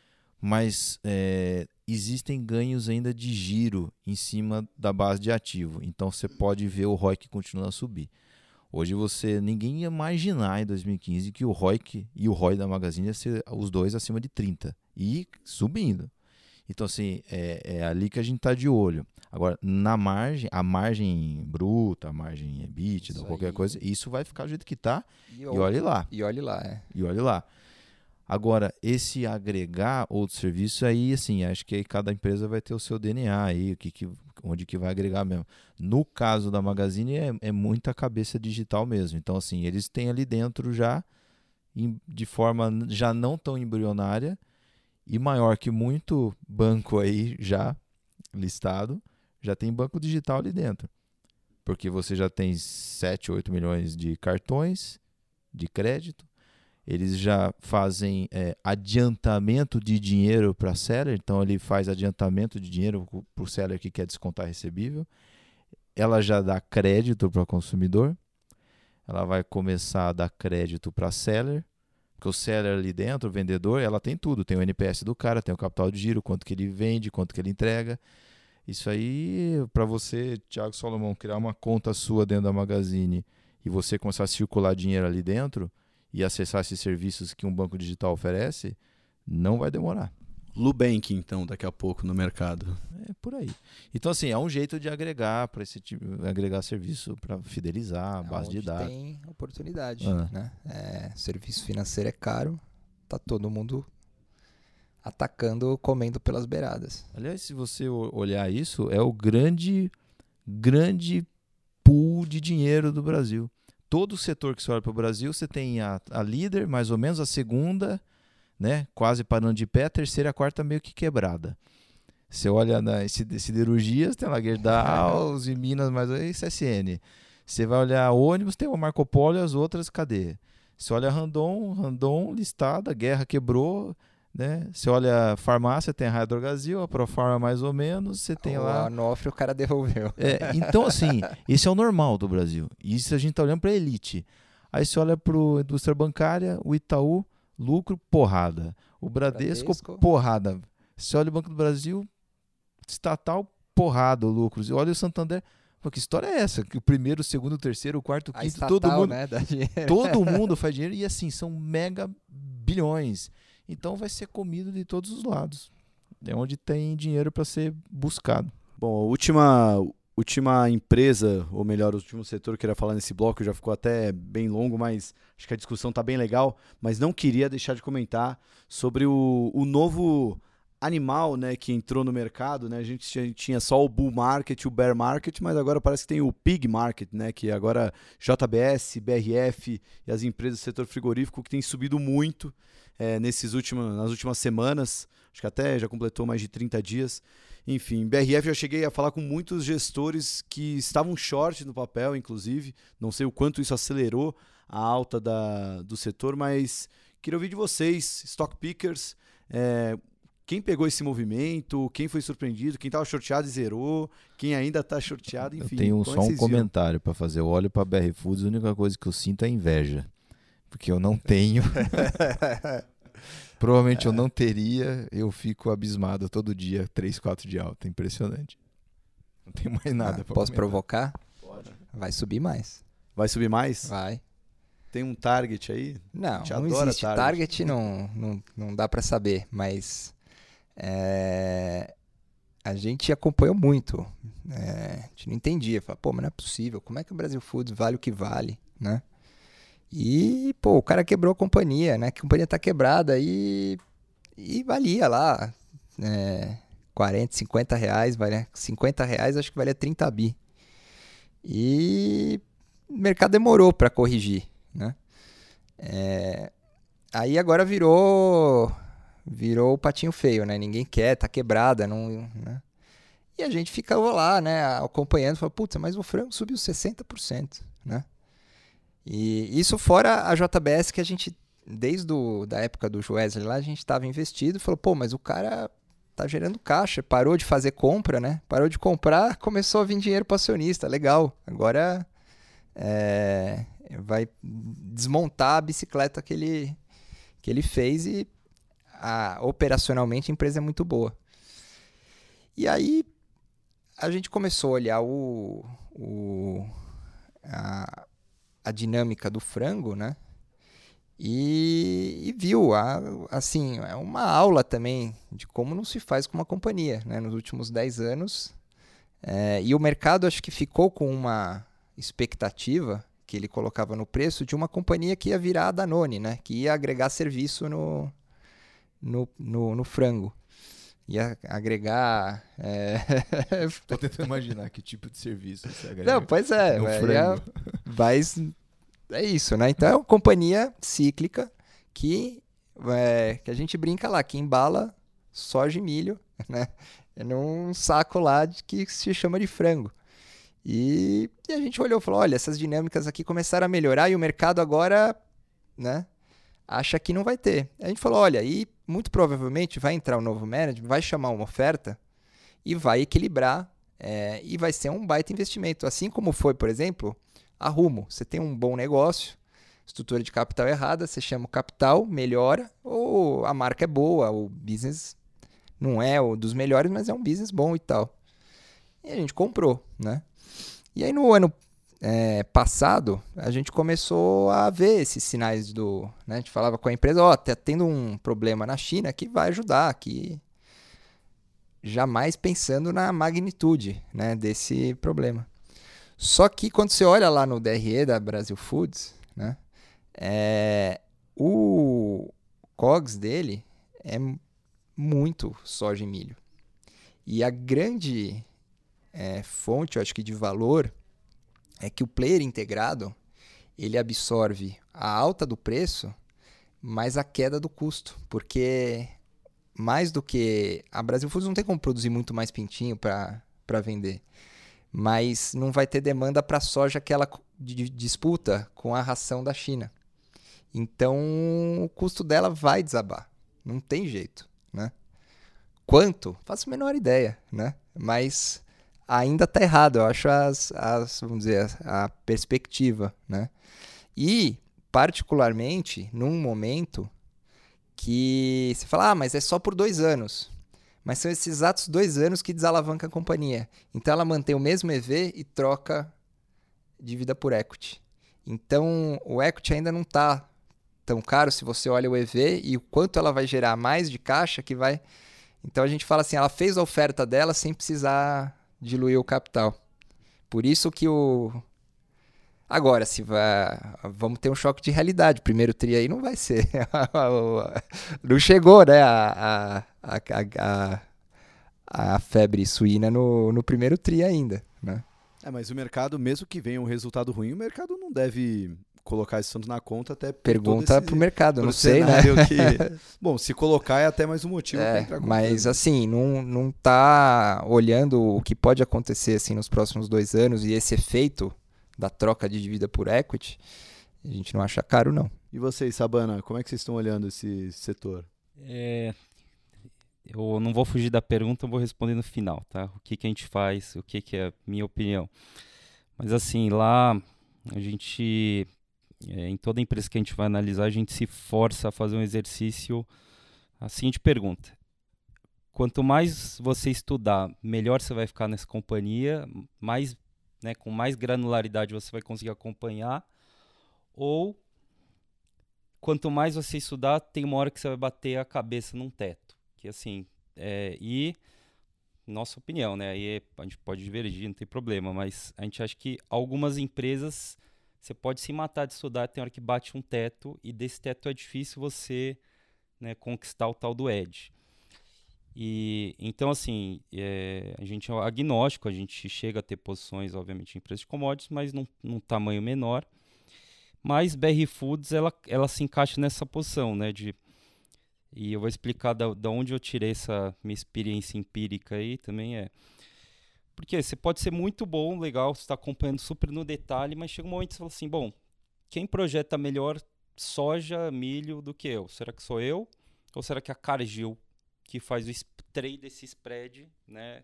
Mas existem ganhos ainda de giro em cima da base de ativo. Então você pode ver o ROIC continuando a subir. Hoje ninguém ia imaginar em 2015 que o ROIC e o ROI da Magazine ia ser os dois acima de 30 e subindo. Então assim, é ali que a gente está de olho. Agora, na margem, a margem bruta, a margem EBITDA, qualquer coisa, isso vai ficar do jeito que está e olhe lá. E olhe lá, E olhe lá. Agora, esse agregar outro serviço aí, assim, acho que aí cada empresa vai ter o seu DNA aí, onde que vai agregar mesmo. No caso da Magazine, é muita cabeça digital mesmo. Então, assim, eles têm ali dentro já, de forma já não tão embrionária e maior que muito banco aí já listado, já tem banco digital ali dentro. Porque você já tem 7, 8 milhões de cartões de crédito. Eles já fazem adiantamento de dinheiro para seller, então ele faz adiantamento de dinheiro para o seller que quer descontar recebível. Ela já dá crédito para o consumidor, ela vai começar a dar crédito para seller, porque o seller ali dentro, o vendedor, ela tem tudo, tem o NPS do cara, tem o capital de giro, quanto que ele vende, quanto que ele entrega. Isso aí, para você, Thiago Solomon, criar uma conta sua dentro da Magazine e você começar a circular dinheiro ali dentro, e acessar esses serviços que um banco digital oferece, não vai demorar. Nubank, então, daqui a pouco no mercado. É por aí. Então, assim, é um jeito de agregar para esse tipo, agregar serviço para fidelizar a base de dados. Tem oportunidade, né? Serviço financeiro é caro, tá todo mundo atacando, comendo pelas beiradas. Aliás, se você olhar isso, é o grande pool de dinheiro do Brasil. Todo o setor que você olha para o Brasil, você tem a líder, mais ou menos, a segunda, né, quase parando de pé, a terceira e a quarta meio que quebrada. Você olha nas siderurgias, tem lá Gerdau, e Minas, mais e CSN. Você vai olhar ônibus, tem o Marco Polo e as outras, cadê? Você olha Randon listada, Guerra quebrou, né? Você olha farmácia, tem a Raia Drogasil, a Profarma mais ou menos, você tem lá... O Onofre o cara devolveu. Então, assim, esse é o normal do Brasil. Isso a gente tá olhando para a elite. Aí você olha para a indústria bancária, o Itaú, lucro, porrada. O Bradesco, porrada. Você olha o Banco do Brasil, estatal, porrada, o lucro. Você olha o Santander... Pô, que história é essa? Que o primeiro, o segundo, o terceiro, o quarto, o quinto, estatal, todo mundo... Né, dá dinheiro. Todo mundo faz dinheiro e, assim, são mega bilhões. Então vai ser comido de todos os lados. É onde tem dinheiro para ser buscado. Bom, a última empresa, ou melhor, o último setor que eu queria falar nesse bloco, já ficou até bem longo, mas acho que a discussão está bem legal. Mas não queria deixar de comentar sobre o novo animal, né, que entrou no mercado, né? A gente tinha só o bull market, o bear market, mas agora parece que tem o pig market, né, que agora JBS, BRF e as empresas do setor frigorífico que têm subido muito nas últimas semanas. Acho que até já completou mais de 30 dias. Enfim, BRF eu cheguei a falar com muitos gestores que estavam short no papel, inclusive. Não sei o quanto isso acelerou a alta do setor, mas queria ouvir de vocês, stock pickers, quem pegou esse movimento, quem foi surpreendido, quem estava shorteado e zerou, quem ainda está shorteado, enfim. Eu tenho só um comentário para fazer. Eu olho para a BR Foods, a única coisa que eu sinto é inveja. Porque eu não tenho. Provavelmente eu não teria, eu fico abismado todo dia, 3, 4 de alta. Impressionante. Não tem mais nada pra Posso comentar. provocar? Pode. Vai subir mais. Vai subir mais? Vai. Tem um target aí? Não, A gente não adora existe. Target não dá para saber, mas a gente acompanhou muito. A gente não entendia. Falava, pô, mas não é possível. Como é que o Brasil Foods vale o que vale, né? E, pô, o cara quebrou a companhia, né? A companhia tá quebrada e valia lá 40, 50 reais, né? 50 reais acho que valia 30 bi. E o mercado demorou para corrigir, né? Aí agora virou o patinho feio, né? Ninguém quer, tá quebrada, não, né? E a gente ficava lá, né, acompanhando, falou, putz, mas o frango subiu 60%, né? E isso fora a JBS que a gente, desde da época do Joesley lá, a gente estava investido, falou, pô, mas o cara tá gerando caixa, parou de fazer compra, né? Parou de comprar, começou a vir dinheiro para acionista, legal. Agora vai desmontar a bicicleta que ele fez e operacionalmente a empresa é muito boa. E aí a gente começou a olhar a dinâmica do frango, né? E viu, assim, é uma aula também de como não se faz com uma companhia, né? Nos últimos 10 anos. E o mercado acho que ficou com uma expectativa que ele colocava no preço de uma companhia que ia virar a Danone, né? Que ia agregar serviço no frango. Ia agregar... Tô tentando imaginar que tipo de serviço você agrega. Não, pois é. no frango. Mas é isso, né? Então é uma companhia cíclica que a gente brinca lá, que embala soja e milho, né? Num saco lá que se chama de frango. E a gente olhou e falou, olha, essas dinâmicas aqui começaram a melhorar e o mercado agora, né, acha que não vai ter. A gente falou, olha, e muito provavelmente vai entrar um novo manager, vai chamar uma oferta e vai equilibrar e vai ser um baita investimento. Assim como foi, por exemplo, a Rumo. Você tem um bom negócio, estrutura de capital errada, você chama o capital, melhora, ou a marca é boa, o business não é o dos melhores, mas é um business bom e tal. E a gente comprou, né? E aí no ano passado, a gente começou a ver esses sinais né? A gente falava com a empresa, tá tendo um problema na China que vai ajudar, que jamais pensando na magnitude, né, desse problema. Só que quando você olha lá no DRE da Brasil Foods, né, o COGS dele é muito soja e milho. E a grande fonte, eu acho que de valor, é que o player integrado, ele absorve a alta do preço, mais a queda do custo. Porque mais do que... A Brasil Foods não tem como produzir muito mais pintinho para vender. Mas não vai ter demanda para soja que ela disputa com a ração da China. Então, o custo dela vai desabar. Não tem jeito, né? Quanto? Faço a menor ideia, né? Mas ainda está errado, eu acho vamos dizer, a perspectiva, né? E, particularmente, num momento que você fala, mas é só por 2 anos. Mas são esses exatos 2 anos que desalavanca a companhia. Então, ela mantém o mesmo EV e troca dívida por equity. Então, o equity ainda não está tão caro se você olha o EV e o quanto ela vai gerar mais de caixa que vai... Então, a gente fala assim, ela fez a oferta dela sem precisar diluir o capital. Por isso que Agora, vamos ter um choque de realidade. O primeiro tri aí não vai ser. Não chegou, né? A febre suína no primeiro tri ainda, né? Mas o mercado, mesmo que venha um resultado ruim, o mercado não deve colocar esse tanto na conta até... Pergunta pro mercado, não sei, né? Bom, se colocar é até mais um motivo para entrar com mas assim, não tá olhando o que pode acontecer assim, nos próximos 2 anos e esse efeito da troca de dívida por equity, a gente não acha caro, não. E vocês, Sabana, como é que vocês estão olhando esse setor? Eu não vou fugir da pergunta, eu vou responder no final, tá? O que a gente faz, o que é a minha opinião. Mas assim, lá a gente, em toda empresa que a gente vai analisar, a gente se força a fazer um exercício, a seguinte pergunta: quanto mais você estudar, melhor você vai ficar nessa companhia, mais, né, com mais granularidade você vai conseguir acompanhar, ou quanto mais você estudar, tem uma hora que você vai bater a cabeça num teto, que assim, e nossa opinião, né, aí a gente pode divergir, não tem problema, mas a gente acha que algumas empresas você pode se matar de estudar, tem hora que bate um teto, e desse teto é difícil você, né, conquistar o tal do edge. E então, assim, a gente é agnóstico, a gente chega a ter posições, obviamente, em empresas de commodities, mas num tamanho menor. Mas BR Foods, ela se encaixa nessa posição, né? E eu vou explicar da onde eu tirei essa minha experiência empírica aí também. Porque você pode ser muito bom, legal, você está acompanhando super no detalhe, mas chega um momento que você fala assim, bom, quem projeta melhor soja, milho do que eu? Será que sou eu? Ou será que a Cargill, que faz o trade desse spread, né?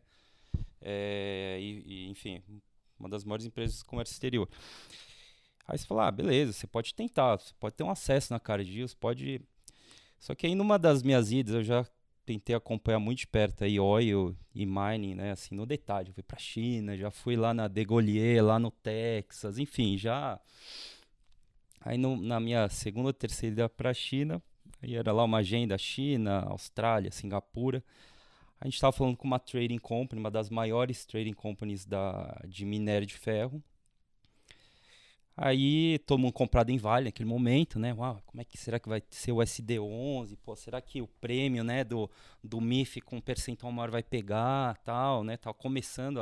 Enfim, uma das maiores empresas de comércio exterior. Aí você fala, beleza, você pode tentar, você pode ter um acesso na Cargill, você pode... Só que aí numa das minhas idas, eu já tentei acompanhar muito de perto aí oil e mining, né, assim, no detalhe. Eu fui pra China, já fui lá na Degolier, lá no Texas, enfim, já... Aí na minha segunda ou terceira ida pra China, aí era lá uma agenda China, Austrália, Singapura. A gente estava falando com uma trading company, uma das maiores trading companies de minério de ferro. Aí todo mundo comprado em Vale naquele momento, né? Uau, como é que será que vai ser o SD11? Pô, será que o prêmio, né, do MIF com percentual maior vai pegar, tal, né? Tava começando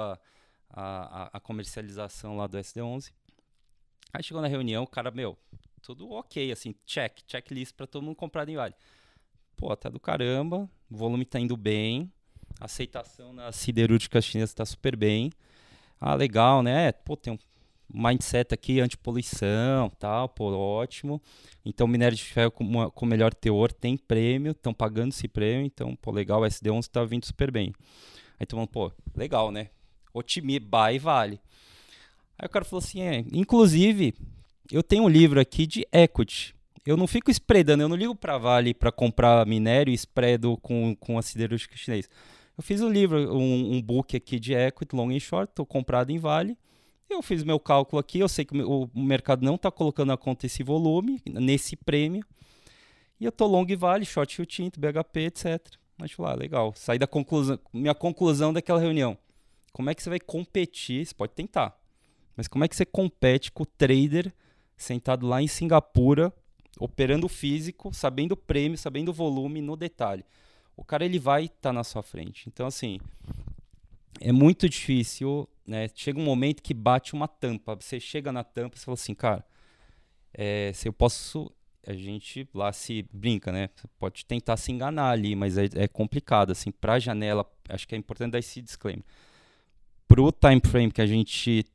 a comercialização lá do SD11. Aí chegou na reunião, o cara, tudo ok, assim, checklist para todo mundo comprado em Vale. Pô, tá do caramba, o volume tá indo bem, a aceitação nas siderúrgicas chinesas tá super bem. Ah, legal, né? Pô, tem um mindset aqui, antipoluição, tal, pô, ótimo. Então, minério de ferro com melhor teor tem prêmio, estão pagando esse prêmio, então, pô, legal, o SD11 tá vindo super bem. Aí todo mundo, pô, legal, né? Buy Vale. Aí o cara falou assim, inclusive, eu tenho um livro aqui de equity. Eu não fico spreadando, eu não ligo para Vale para comprar minério e spreado com a siderúrgica chinesa. Eu fiz um livro, um book aqui de equity, long and short, estou comprado em Vale. Eu fiz meu cálculo aqui, eu sei que o mercado não está colocando na conta esse volume, nesse prêmio. E eu estou long Vale, short Rio Tinto, BHP, etc. Mas falei, legal. Saí da conclusão, minha conclusão daquela reunião. Como é que você vai competir? Você pode tentar. Mas como é que você compete com o trader sentado lá em Singapura, operando físico, sabendo o prêmio, sabendo o volume no detalhe? O cara, ele vai estar na sua frente. Então, assim, é muito difícil, né? Chega um momento que bate uma tampa. Você chega na tampa e fala assim, cara, se eu posso... A gente lá se brinca, né? Você pode tentar se enganar ali, mas é complicado, assim, para a janela. Acho que é importante dar esse disclaimer. Para o time frame que a gente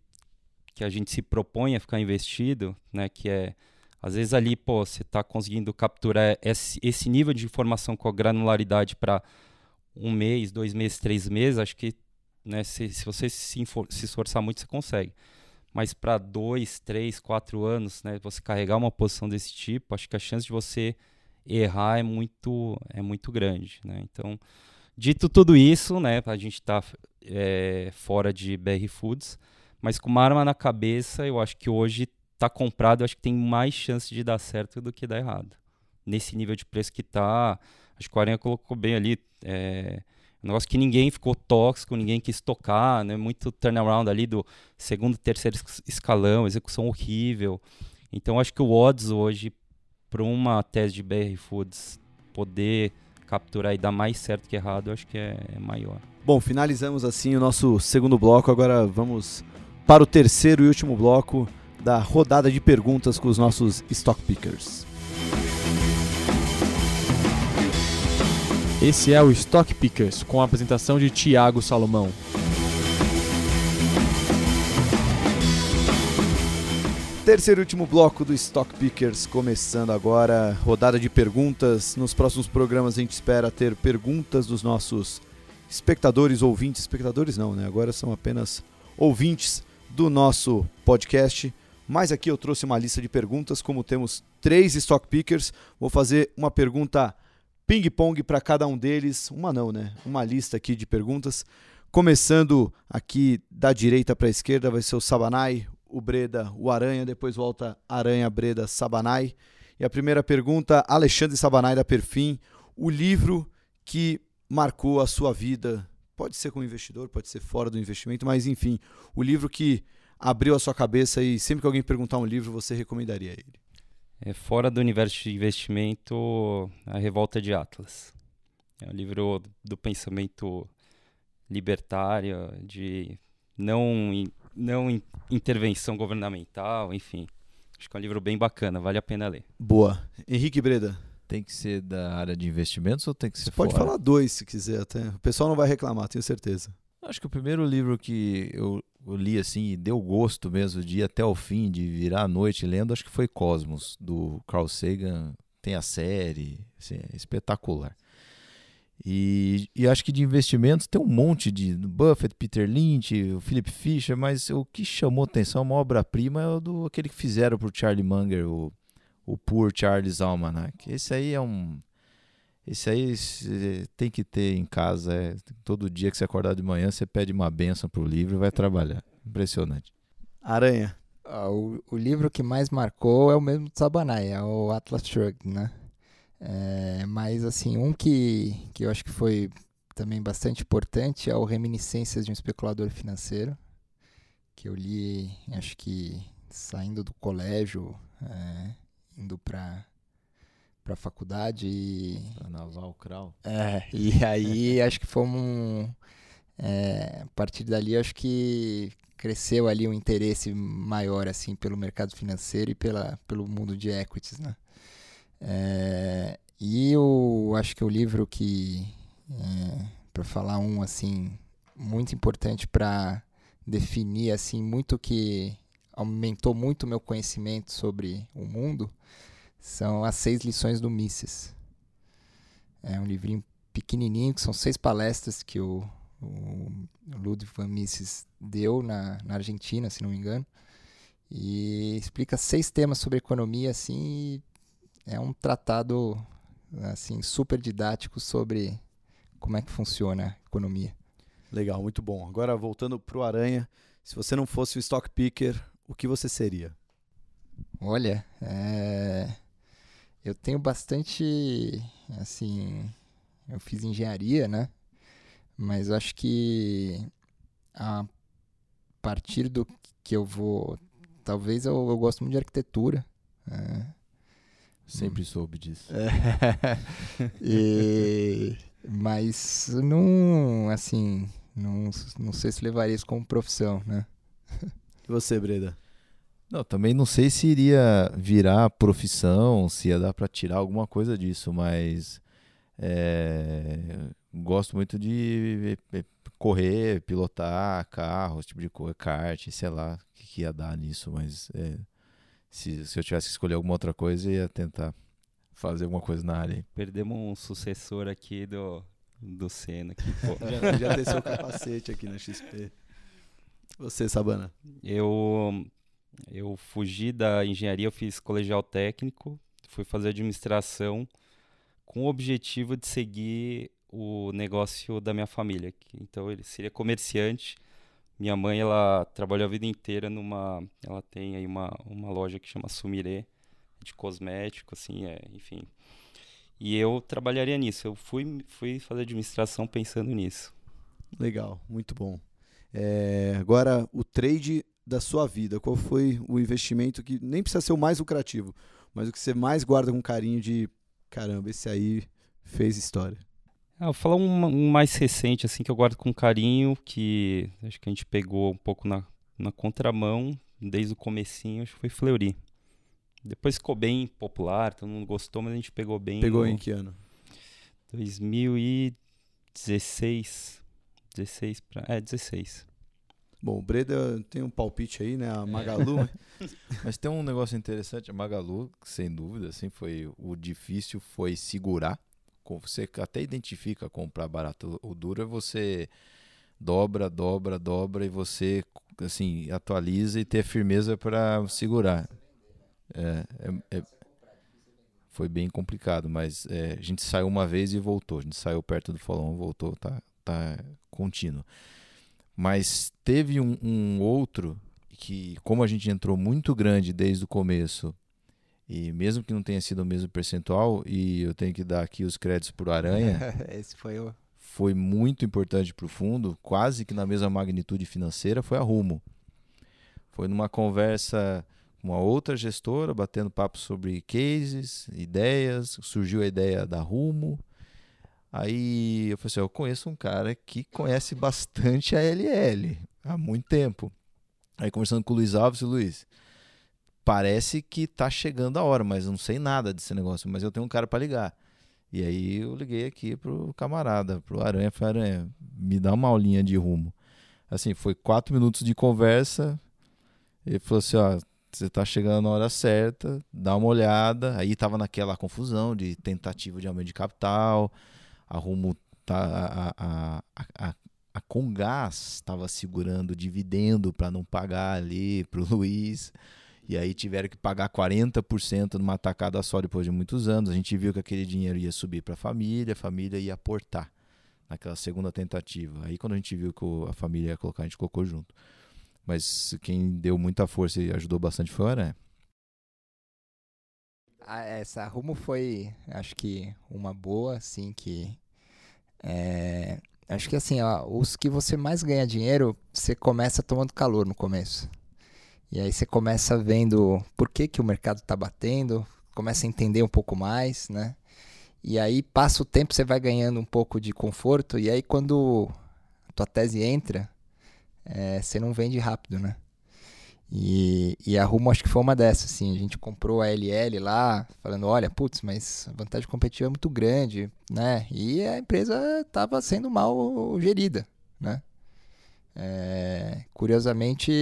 se propõe a ficar investido, né, que às vezes ali, pô, você está conseguindo capturar esse nível de informação com a granularidade para 1 mês, 2 meses, 3 meses, acho que, né, se você se esforçar muito, você consegue. Mas para 2, 3, 4 anos, né, você carregar uma posição desse tipo, acho que a chance de você errar é muito grande, né? Então, dito tudo isso, né, a gente está fora de BR Foods, mas com uma arma na cabeça, eu acho que hoje está comprado, eu acho que tem mais chance de dar certo do que dar errado. Nesse nível de preço que está, acho que o Aranha colocou bem ali, um negócio que ninguém ficou tóxico, ninguém quis tocar, né? Muito turnaround ali do segundo, terceiro escalão, execução horrível. Então acho que o odds hoje, para uma tese de BR Foods poder capturar e dar mais certo que errado, eu acho que é maior. Bom, finalizamos assim o nosso segundo bloco, agora vamos para o terceiro e último bloco da rodada de perguntas com os nossos Stock Pickers. Esse é o Stock Pickers, com a apresentação de Thiago Salomão. Terceiro e último bloco do Stock Pickers, começando agora, rodada de perguntas. Nos próximos programas a gente espera ter perguntas dos nossos espectadores, ouvintes. Espectadores não, né? Agora são apenas ouvintes do nosso podcast. Mas aqui eu trouxe uma lista de perguntas, como temos 3 Stock Pickers. Vou fazer uma pergunta ping-pong para cada um deles. Uma não, né? Uma lista aqui de perguntas. Começando aqui da direita para a esquerda, vai ser o Sabanai, o Breda, o Aranha, depois volta Aranha, Breda, Sabanai. E a primeira pergunta, Alexandre Sabanai da Perfin, o livro que marcou a sua vida, pode ser como investidor, pode ser fora do investimento, mas enfim, o livro que abriu a sua cabeça e sempre que alguém perguntar um livro, você recomendaria ele. Fora do universo de investimento, A Revolta de Atlas. É um livro do pensamento libertário, de não intervenção governamental, enfim. Acho que é um livro bem bacana, vale a pena ler. Boa. Henrique Breda. Tem que ser da área de investimentos ou tem que ser Você pode fora? falar 2 se quiser até. O pessoal não vai reclamar, tenho certeza. Acho que o primeiro livro que eu li assim e deu gosto mesmo de ir até o fim, de virar a noite lendo, acho que foi Cosmos, do Carl Sagan. Tem a série, assim, é espetacular. E acho que de investimentos tem um monte de Buffett, Peter Lynch, o Philip Fisher, mas o que chamou atenção, uma obra-prima, é aquele que fizeram para o Charlie Munger, o Poor Charles Almanac. Esse aí você tem que ter em casa. Todo dia que você acordar de manhã, você pede uma benção pro livro e vai trabalhar. Impressionante. Aranha. O livro que mais marcou é o mesmo do Sabanai, é o Atlas Shrugged, né? Mas assim, um que eu acho que foi também bastante importante é o Reminiscências de um Especulador Financeiro, que eu li, acho que saindo do colégio, indo para a faculdade e... Naval Krau. E aí acho que fomos... a partir dali acho que cresceu ali um interesse maior assim, pelo mercado financeiro e pelo mundo de equities, né? E eu acho que o livro que, para falar assim, muito importante para definir assim, muito que aumentou muito o meu conhecimento sobre o mundo, são as 6 lições do Mises. É um livrinho pequenininho, que são 6 palestras que o Ludwig von Mises deu na Argentina, se não me engano, e explica 6 temas sobre economia, assim, é um tratado assim, super didático sobre como é que funciona a economia. Legal, muito bom. Agora, voltando pro Aranha, se você não fosse o stock picker, o que você seria? Olha, eu tenho bastante, assim, eu fiz engenharia, né? Mas eu acho que a partir do que eu vou, talvez eu gosto muito de arquitetura. Sempre soube disso. Mas não, assim, não sei se levaria isso como profissão, né? E você, Breda? Não, também não sei se iria virar profissão, se ia dar para tirar alguma coisa disso, mas gosto muito de correr, pilotar carro, esse tipo de coisa, kart, sei lá o que ia dar nisso, mas se eu tivesse que escolher alguma outra coisa, eu ia tentar fazer alguma coisa na área. Perdemos um sucessor aqui do Senna. Aqui, pô. Já desceu o capacete aqui na XP. Você, Sabana? Eu fugi da engenharia, eu fiz colegial técnico, fui fazer administração com o objetivo de seguir o negócio da minha família. Então ele seria comerciante. Minha mãe, ela trabalhou a vida inteira ela tem aí uma loja que chama Sumire, de cosmético, assim, enfim. E eu trabalharia nisso. Eu fui fazer administração pensando nisso. Legal, muito bom. Agora, o trade da sua vida. Qual foi o investimento que nem precisa ser o mais lucrativo, mas o que você mais guarda com carinho de caramba, esse aí fez história? Eu vou falar um mais recente, assim, que eu guardo com carinho, que acho que a gente pegou um pouco na contramão, desde o comecinho, acho que foi Fleury. Depois ficou bem popular, todo mundo gostou, mas a gente pegou bem. Pegou em que ano? 2016. 16. Bom, o Breda tem um palpite aí, né? A Magalu. Mas tem um negócio interessante, a Magalu, sem dúvida, assim, o difícil foi segurar. Você até identifica comprar barato. O duro é você dobra e você assim, atualiza e ter firmeza para segurar. foi bem complicado, mas a gente saiu uma vez e voltou. A gente saiu perto do follow-on, voltou, tá contínuo. Mas teve um outro que, como a gente entrou muito grande desde o começo, e mesmo que não tenha sido o mesmo percentual, e eu tenho que dar aqui os créditos para o Aranha, Esse foi muito importante para o fundo, quase que na mesma magnitude financeira, foi a Rumo. Foi numa conversa com uma outra gestora, batendo papo sobre cases, ideias, surgiu a ideia da Rumo. Aí eu falei assim, eu conheço um cara que conhece bastante a LL há muito tempo. Aí conversando com o Luiz Alves, Luiz, parece que tá chegando a hora, mas eu não sei nada desse negócio, mas eu tenho um cara para ligar. E aí eu liguei aqui pro camarada, pro Aranha, falei, Aranha, me dá uma aulinha de Rumo. Assim, foi 4 minutos de conversa, ele falou assim, ó, você tá chegando na hora certa, dá uma olhada. Aí tava naquela confusão de tentativa de aumento de capital, a Rumo a Comgás estava segurando dividendo para não pagar ali para o Luiz, e aí tiveram que pagar 40% numa tacada só depois de muitos anos. A gente viu que aquele dinheiro ia subir para a família ia aportar naquela segunda tentativa. Aí quando a gente viu que a família ia colocar, a gente colocou junto. Mas quem deu muita força e ajudou bastante foi o Aranha. Essa Rumo foi, acho que uma boa, assim, que... acho que assim, ó, os que você mais ganha dinheiro, você começa tomando calor no começo. E aí você começa vendo por que o mercado está batendo, começa a entender um pouco mais, né? E aí passa o tempo, você vai ganhando um pouco de conforto, e aí quando a tua tese entra, você não vende rápido, né? E a Rumo acho que foi uma dessas, assim, a gente comprou a LL lá, falando, olha, putz, mas a vantagem competitiva é muito grande, né? E a empresa estava sendo mal gerida, né? Curiosamente,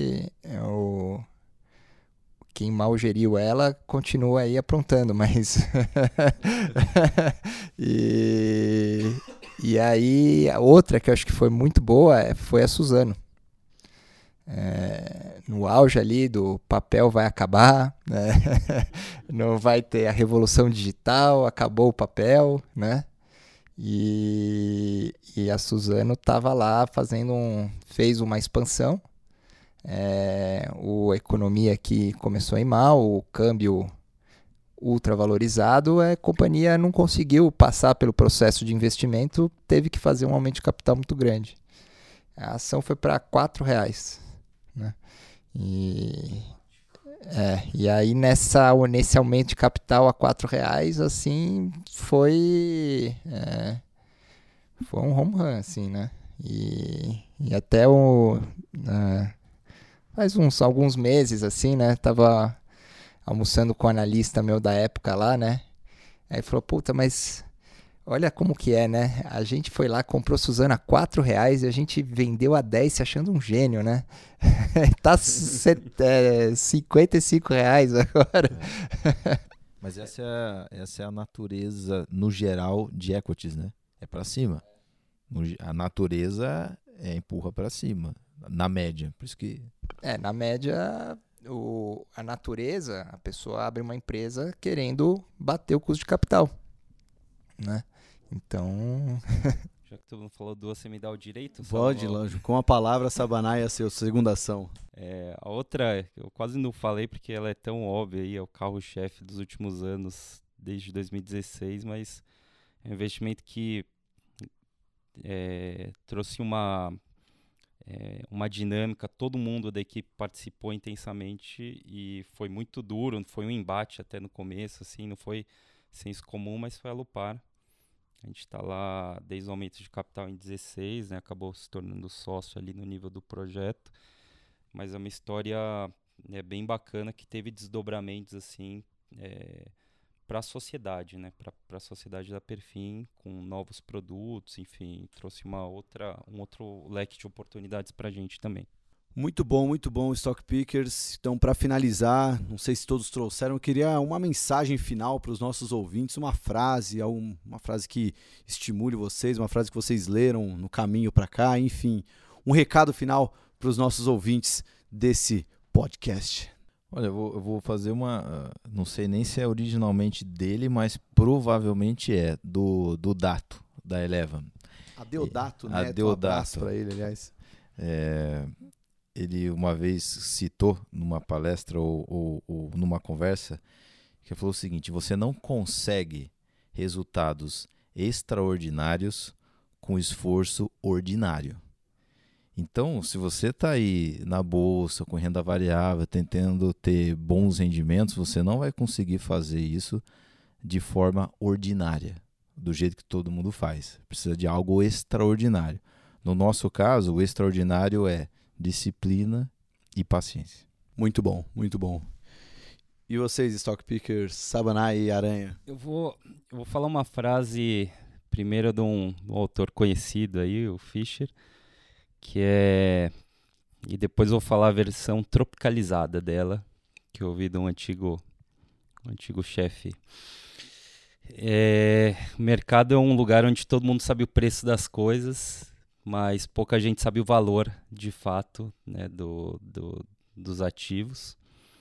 quem mal geriu ela continua aí aprontando, mas... e aí, a outra que eu acho que foi muito boa foi a Suzano. No auge ali do papel vai acabar, né? Não vai ter a revolução digital, acabou o papel, né? E a Suzano estava lá fez uma expansão, a economia aqui começou a ir mal, o câmbio ultravalorizado, a companhia não conseguiu passar pelo processo de investimento, teve que fazer um aumento de capital muito grande. A ação foi para R$4, né? E aí nesse aumento de capital a R$4, assim, foi um home run, assim, né? E até faz alguns meses, assim, né? Tava almoçando com um analista meu da época lá, né? Aí falou, puta, mas olha como que é, né? A gente foi lá, comprou Suzano a R$4 e a gente vendeu a 10 se achando um gênio, né? Tá R$55 agora. Mas essa é a natureza, no geral, de equities, né? É para cima. A natureza empurra para cima, na média. Por isso que... na média, a natureza, a pessoa abre uma empresa querendo bater o custo de capital, né? Então... Já que todo mundo falou duas, você me dá o direito? Pode, lógico. Com a palavra, Sabanai é a sua segunda ação. A outra, eu quase não falei porque ela é tão óbvia aí, é o carro-chefe dos últimos anos, desde 2016, mas é um investimento que trouxe uma dinâmica, todo mundo da equipe participou intensamente e foi muito duro, foi um embate até no começo, assim, não foi senso comum, mas foi a Lupar. A gente está lá desde o aumento de capital em 2016, né? Acabou se tornando sócio ali no nível do projeto, mas é uma história bem bacana que teve desdobramentos assim para a sociedade, né? Para a sociedade da Perfin, com novos produtos, enfim, trouxe um outro leque de oportunidades para a gente também. Muito bom, Stock Pickers. Então, para finalizar, não sei se todos trouxeram, eu queria uma mensagem final para os nossos ouvintes, uma frase que estimule vocês, uma frase que vocês leram no caminho para cá, enfim, um recado final para os nossos ouvintes desse podcast. Olha, eu vou fazer uma... Não sei nem se é originalmente dele, mas provavelmente é do Dato, da Eleven. A Deodato, A né? Deodato. Um abraço pra ele, aliás. Ele uma vez citou numa palestra ou numa conversa que falou o seguinte: você não consegue resultados extraordinários com esforço ordinário. Então, se você está aí na bolsa, com renda variável, tentando ter bons rendimentos, você não vai conseguir fazer isso de forma ordinária, do jeito que todo mundo faz. Precisa de algo extraordinário. No nosso caso, o extraordinário é disciplina e paciência. Muito bom, muito bom. E vocês, Stock Pickers, Sabanai e Aranha? Eu vou falar uma frase primeiro de um autor conhecido aí, o Fischer, que é... E depois eu vou falar a versão tropicalizada dela, que eu ouvi de um antigo chefe. O mercado é um lugar onde todo mundo sabe o preço das coisas, mas pouca gente sabe o valor, de fato, né, dos ativos.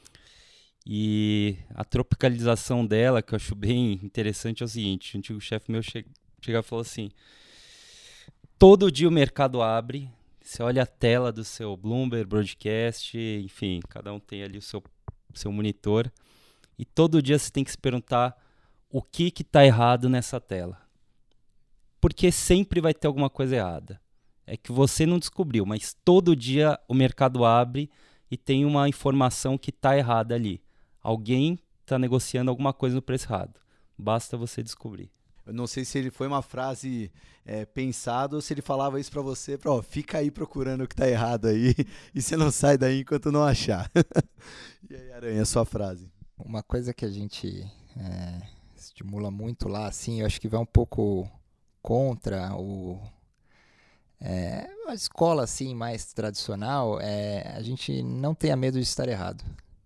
E a tropicalização dela, que eu acho bem interessante, é o seguinte: o antigo chefe meu chegava e falou assim: todo dia o mercado abre, você olha a tela do seu Bloomberg, Broadcast, enfim, cada um tem ali o seu monitor, e todo dia você tem que se perguntar o que está errado nessa tela. Porque sempre vai ter alguma coisa errada. É que você não descobriu, mas todo dia o mercado abre e tem uma informação que está errada ali. Alguém está negociando alguma coisa no preço errado. Basta você descobrir. Eu não sei se ele foi uma frase pensada ou se ele falava isso pra você, fica aí procurando o que tá errado aí e você não sai daí enquanto não achar. E aí, Aranha, a sua frase? Uma coisa que a gente estimula muito lá, assim, eu acho que vai um pouco contra a escola assim, mais tradicional, a gente não tenha medo de estar errado.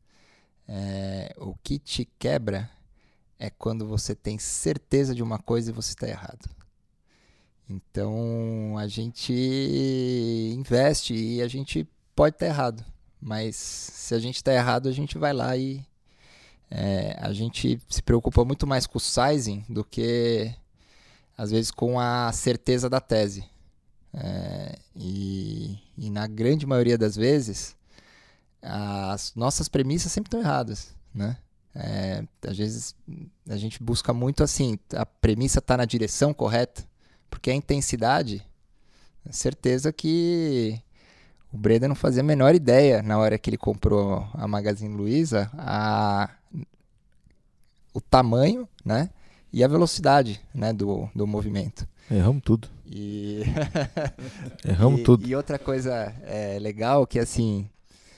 O que te quebra é quando você tem certeza de uma coisa e você está errado. Então, a gente investe e a gente pode estar errado. Mas se a gente está errado, a gente vai lá e a gente se preocupa muito mais com o sizing do que, às vezes, com a certeza da tese. E na grande maioria das vezes, as nossas premissas sempre estão erradas, né? Às vezes a gente busca muito assim, a premissa está na direção correta, porque a intensidade, certeza que o Breda não fazia a menor ideia na hora que ele comprou a Magazine Luiza, o tamanho, né, e a velocidade, né, do movimento. Erramos tudo. Erramos tudo. E outra coisa legal que assim,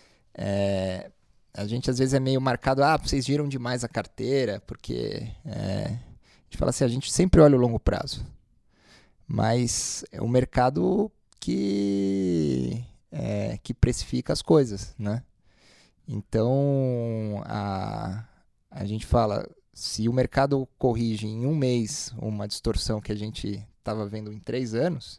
a gente às vezes é meio marcado, vocês giram demais a carteira, porque a gente fala assim, a gente sempre olha o longo prazo, mas é o mercado que precifica as coisas, né? Então, a gente fala, se o mercado corrige em um mês uma distorção que a gente estava vendo em 3 anos,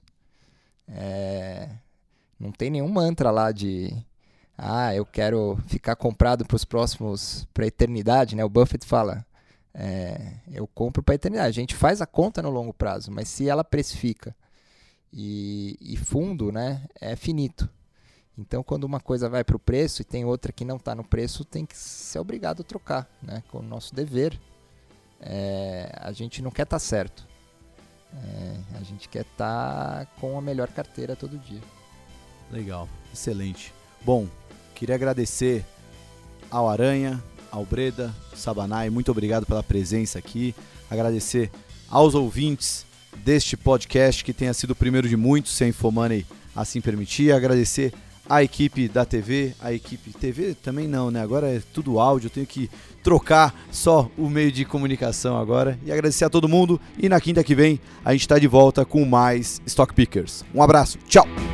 não tem nenhum mantra lá de eu quero ficar comprado para a eternidade, né? O Buffett fala, eu compro para a eternidade. A gente faz a conta no longo prazo, mas se ela precifica e fundo, né, é finito. Então, quando uma coisa vai para o preço e tem outra que não está no preço, tem que ser obrigado a trocar, né? Com o nosso dever. A gente não quer estar certo. A gente quer estar com a melhor carteira todo dia. Legal, excelente. Bom, queria agradecer ao Aranha, ao Breda, Sabanai, muito obrigado pela presença aqui. Agradecer aos ouvintes deste podcast, que tenha sido o primeiro de muitos, se a Infomoney assim permitir. Agradecer a equipe da TV, a equipe TV também não, né? Agora é tudo áudio, eu tenho que trocar só o meio de comunicação agora. E agradecer a todo mundo, e na quinta que vem a gente está de volta com mais Stock Pickers. Um abraço, tchau!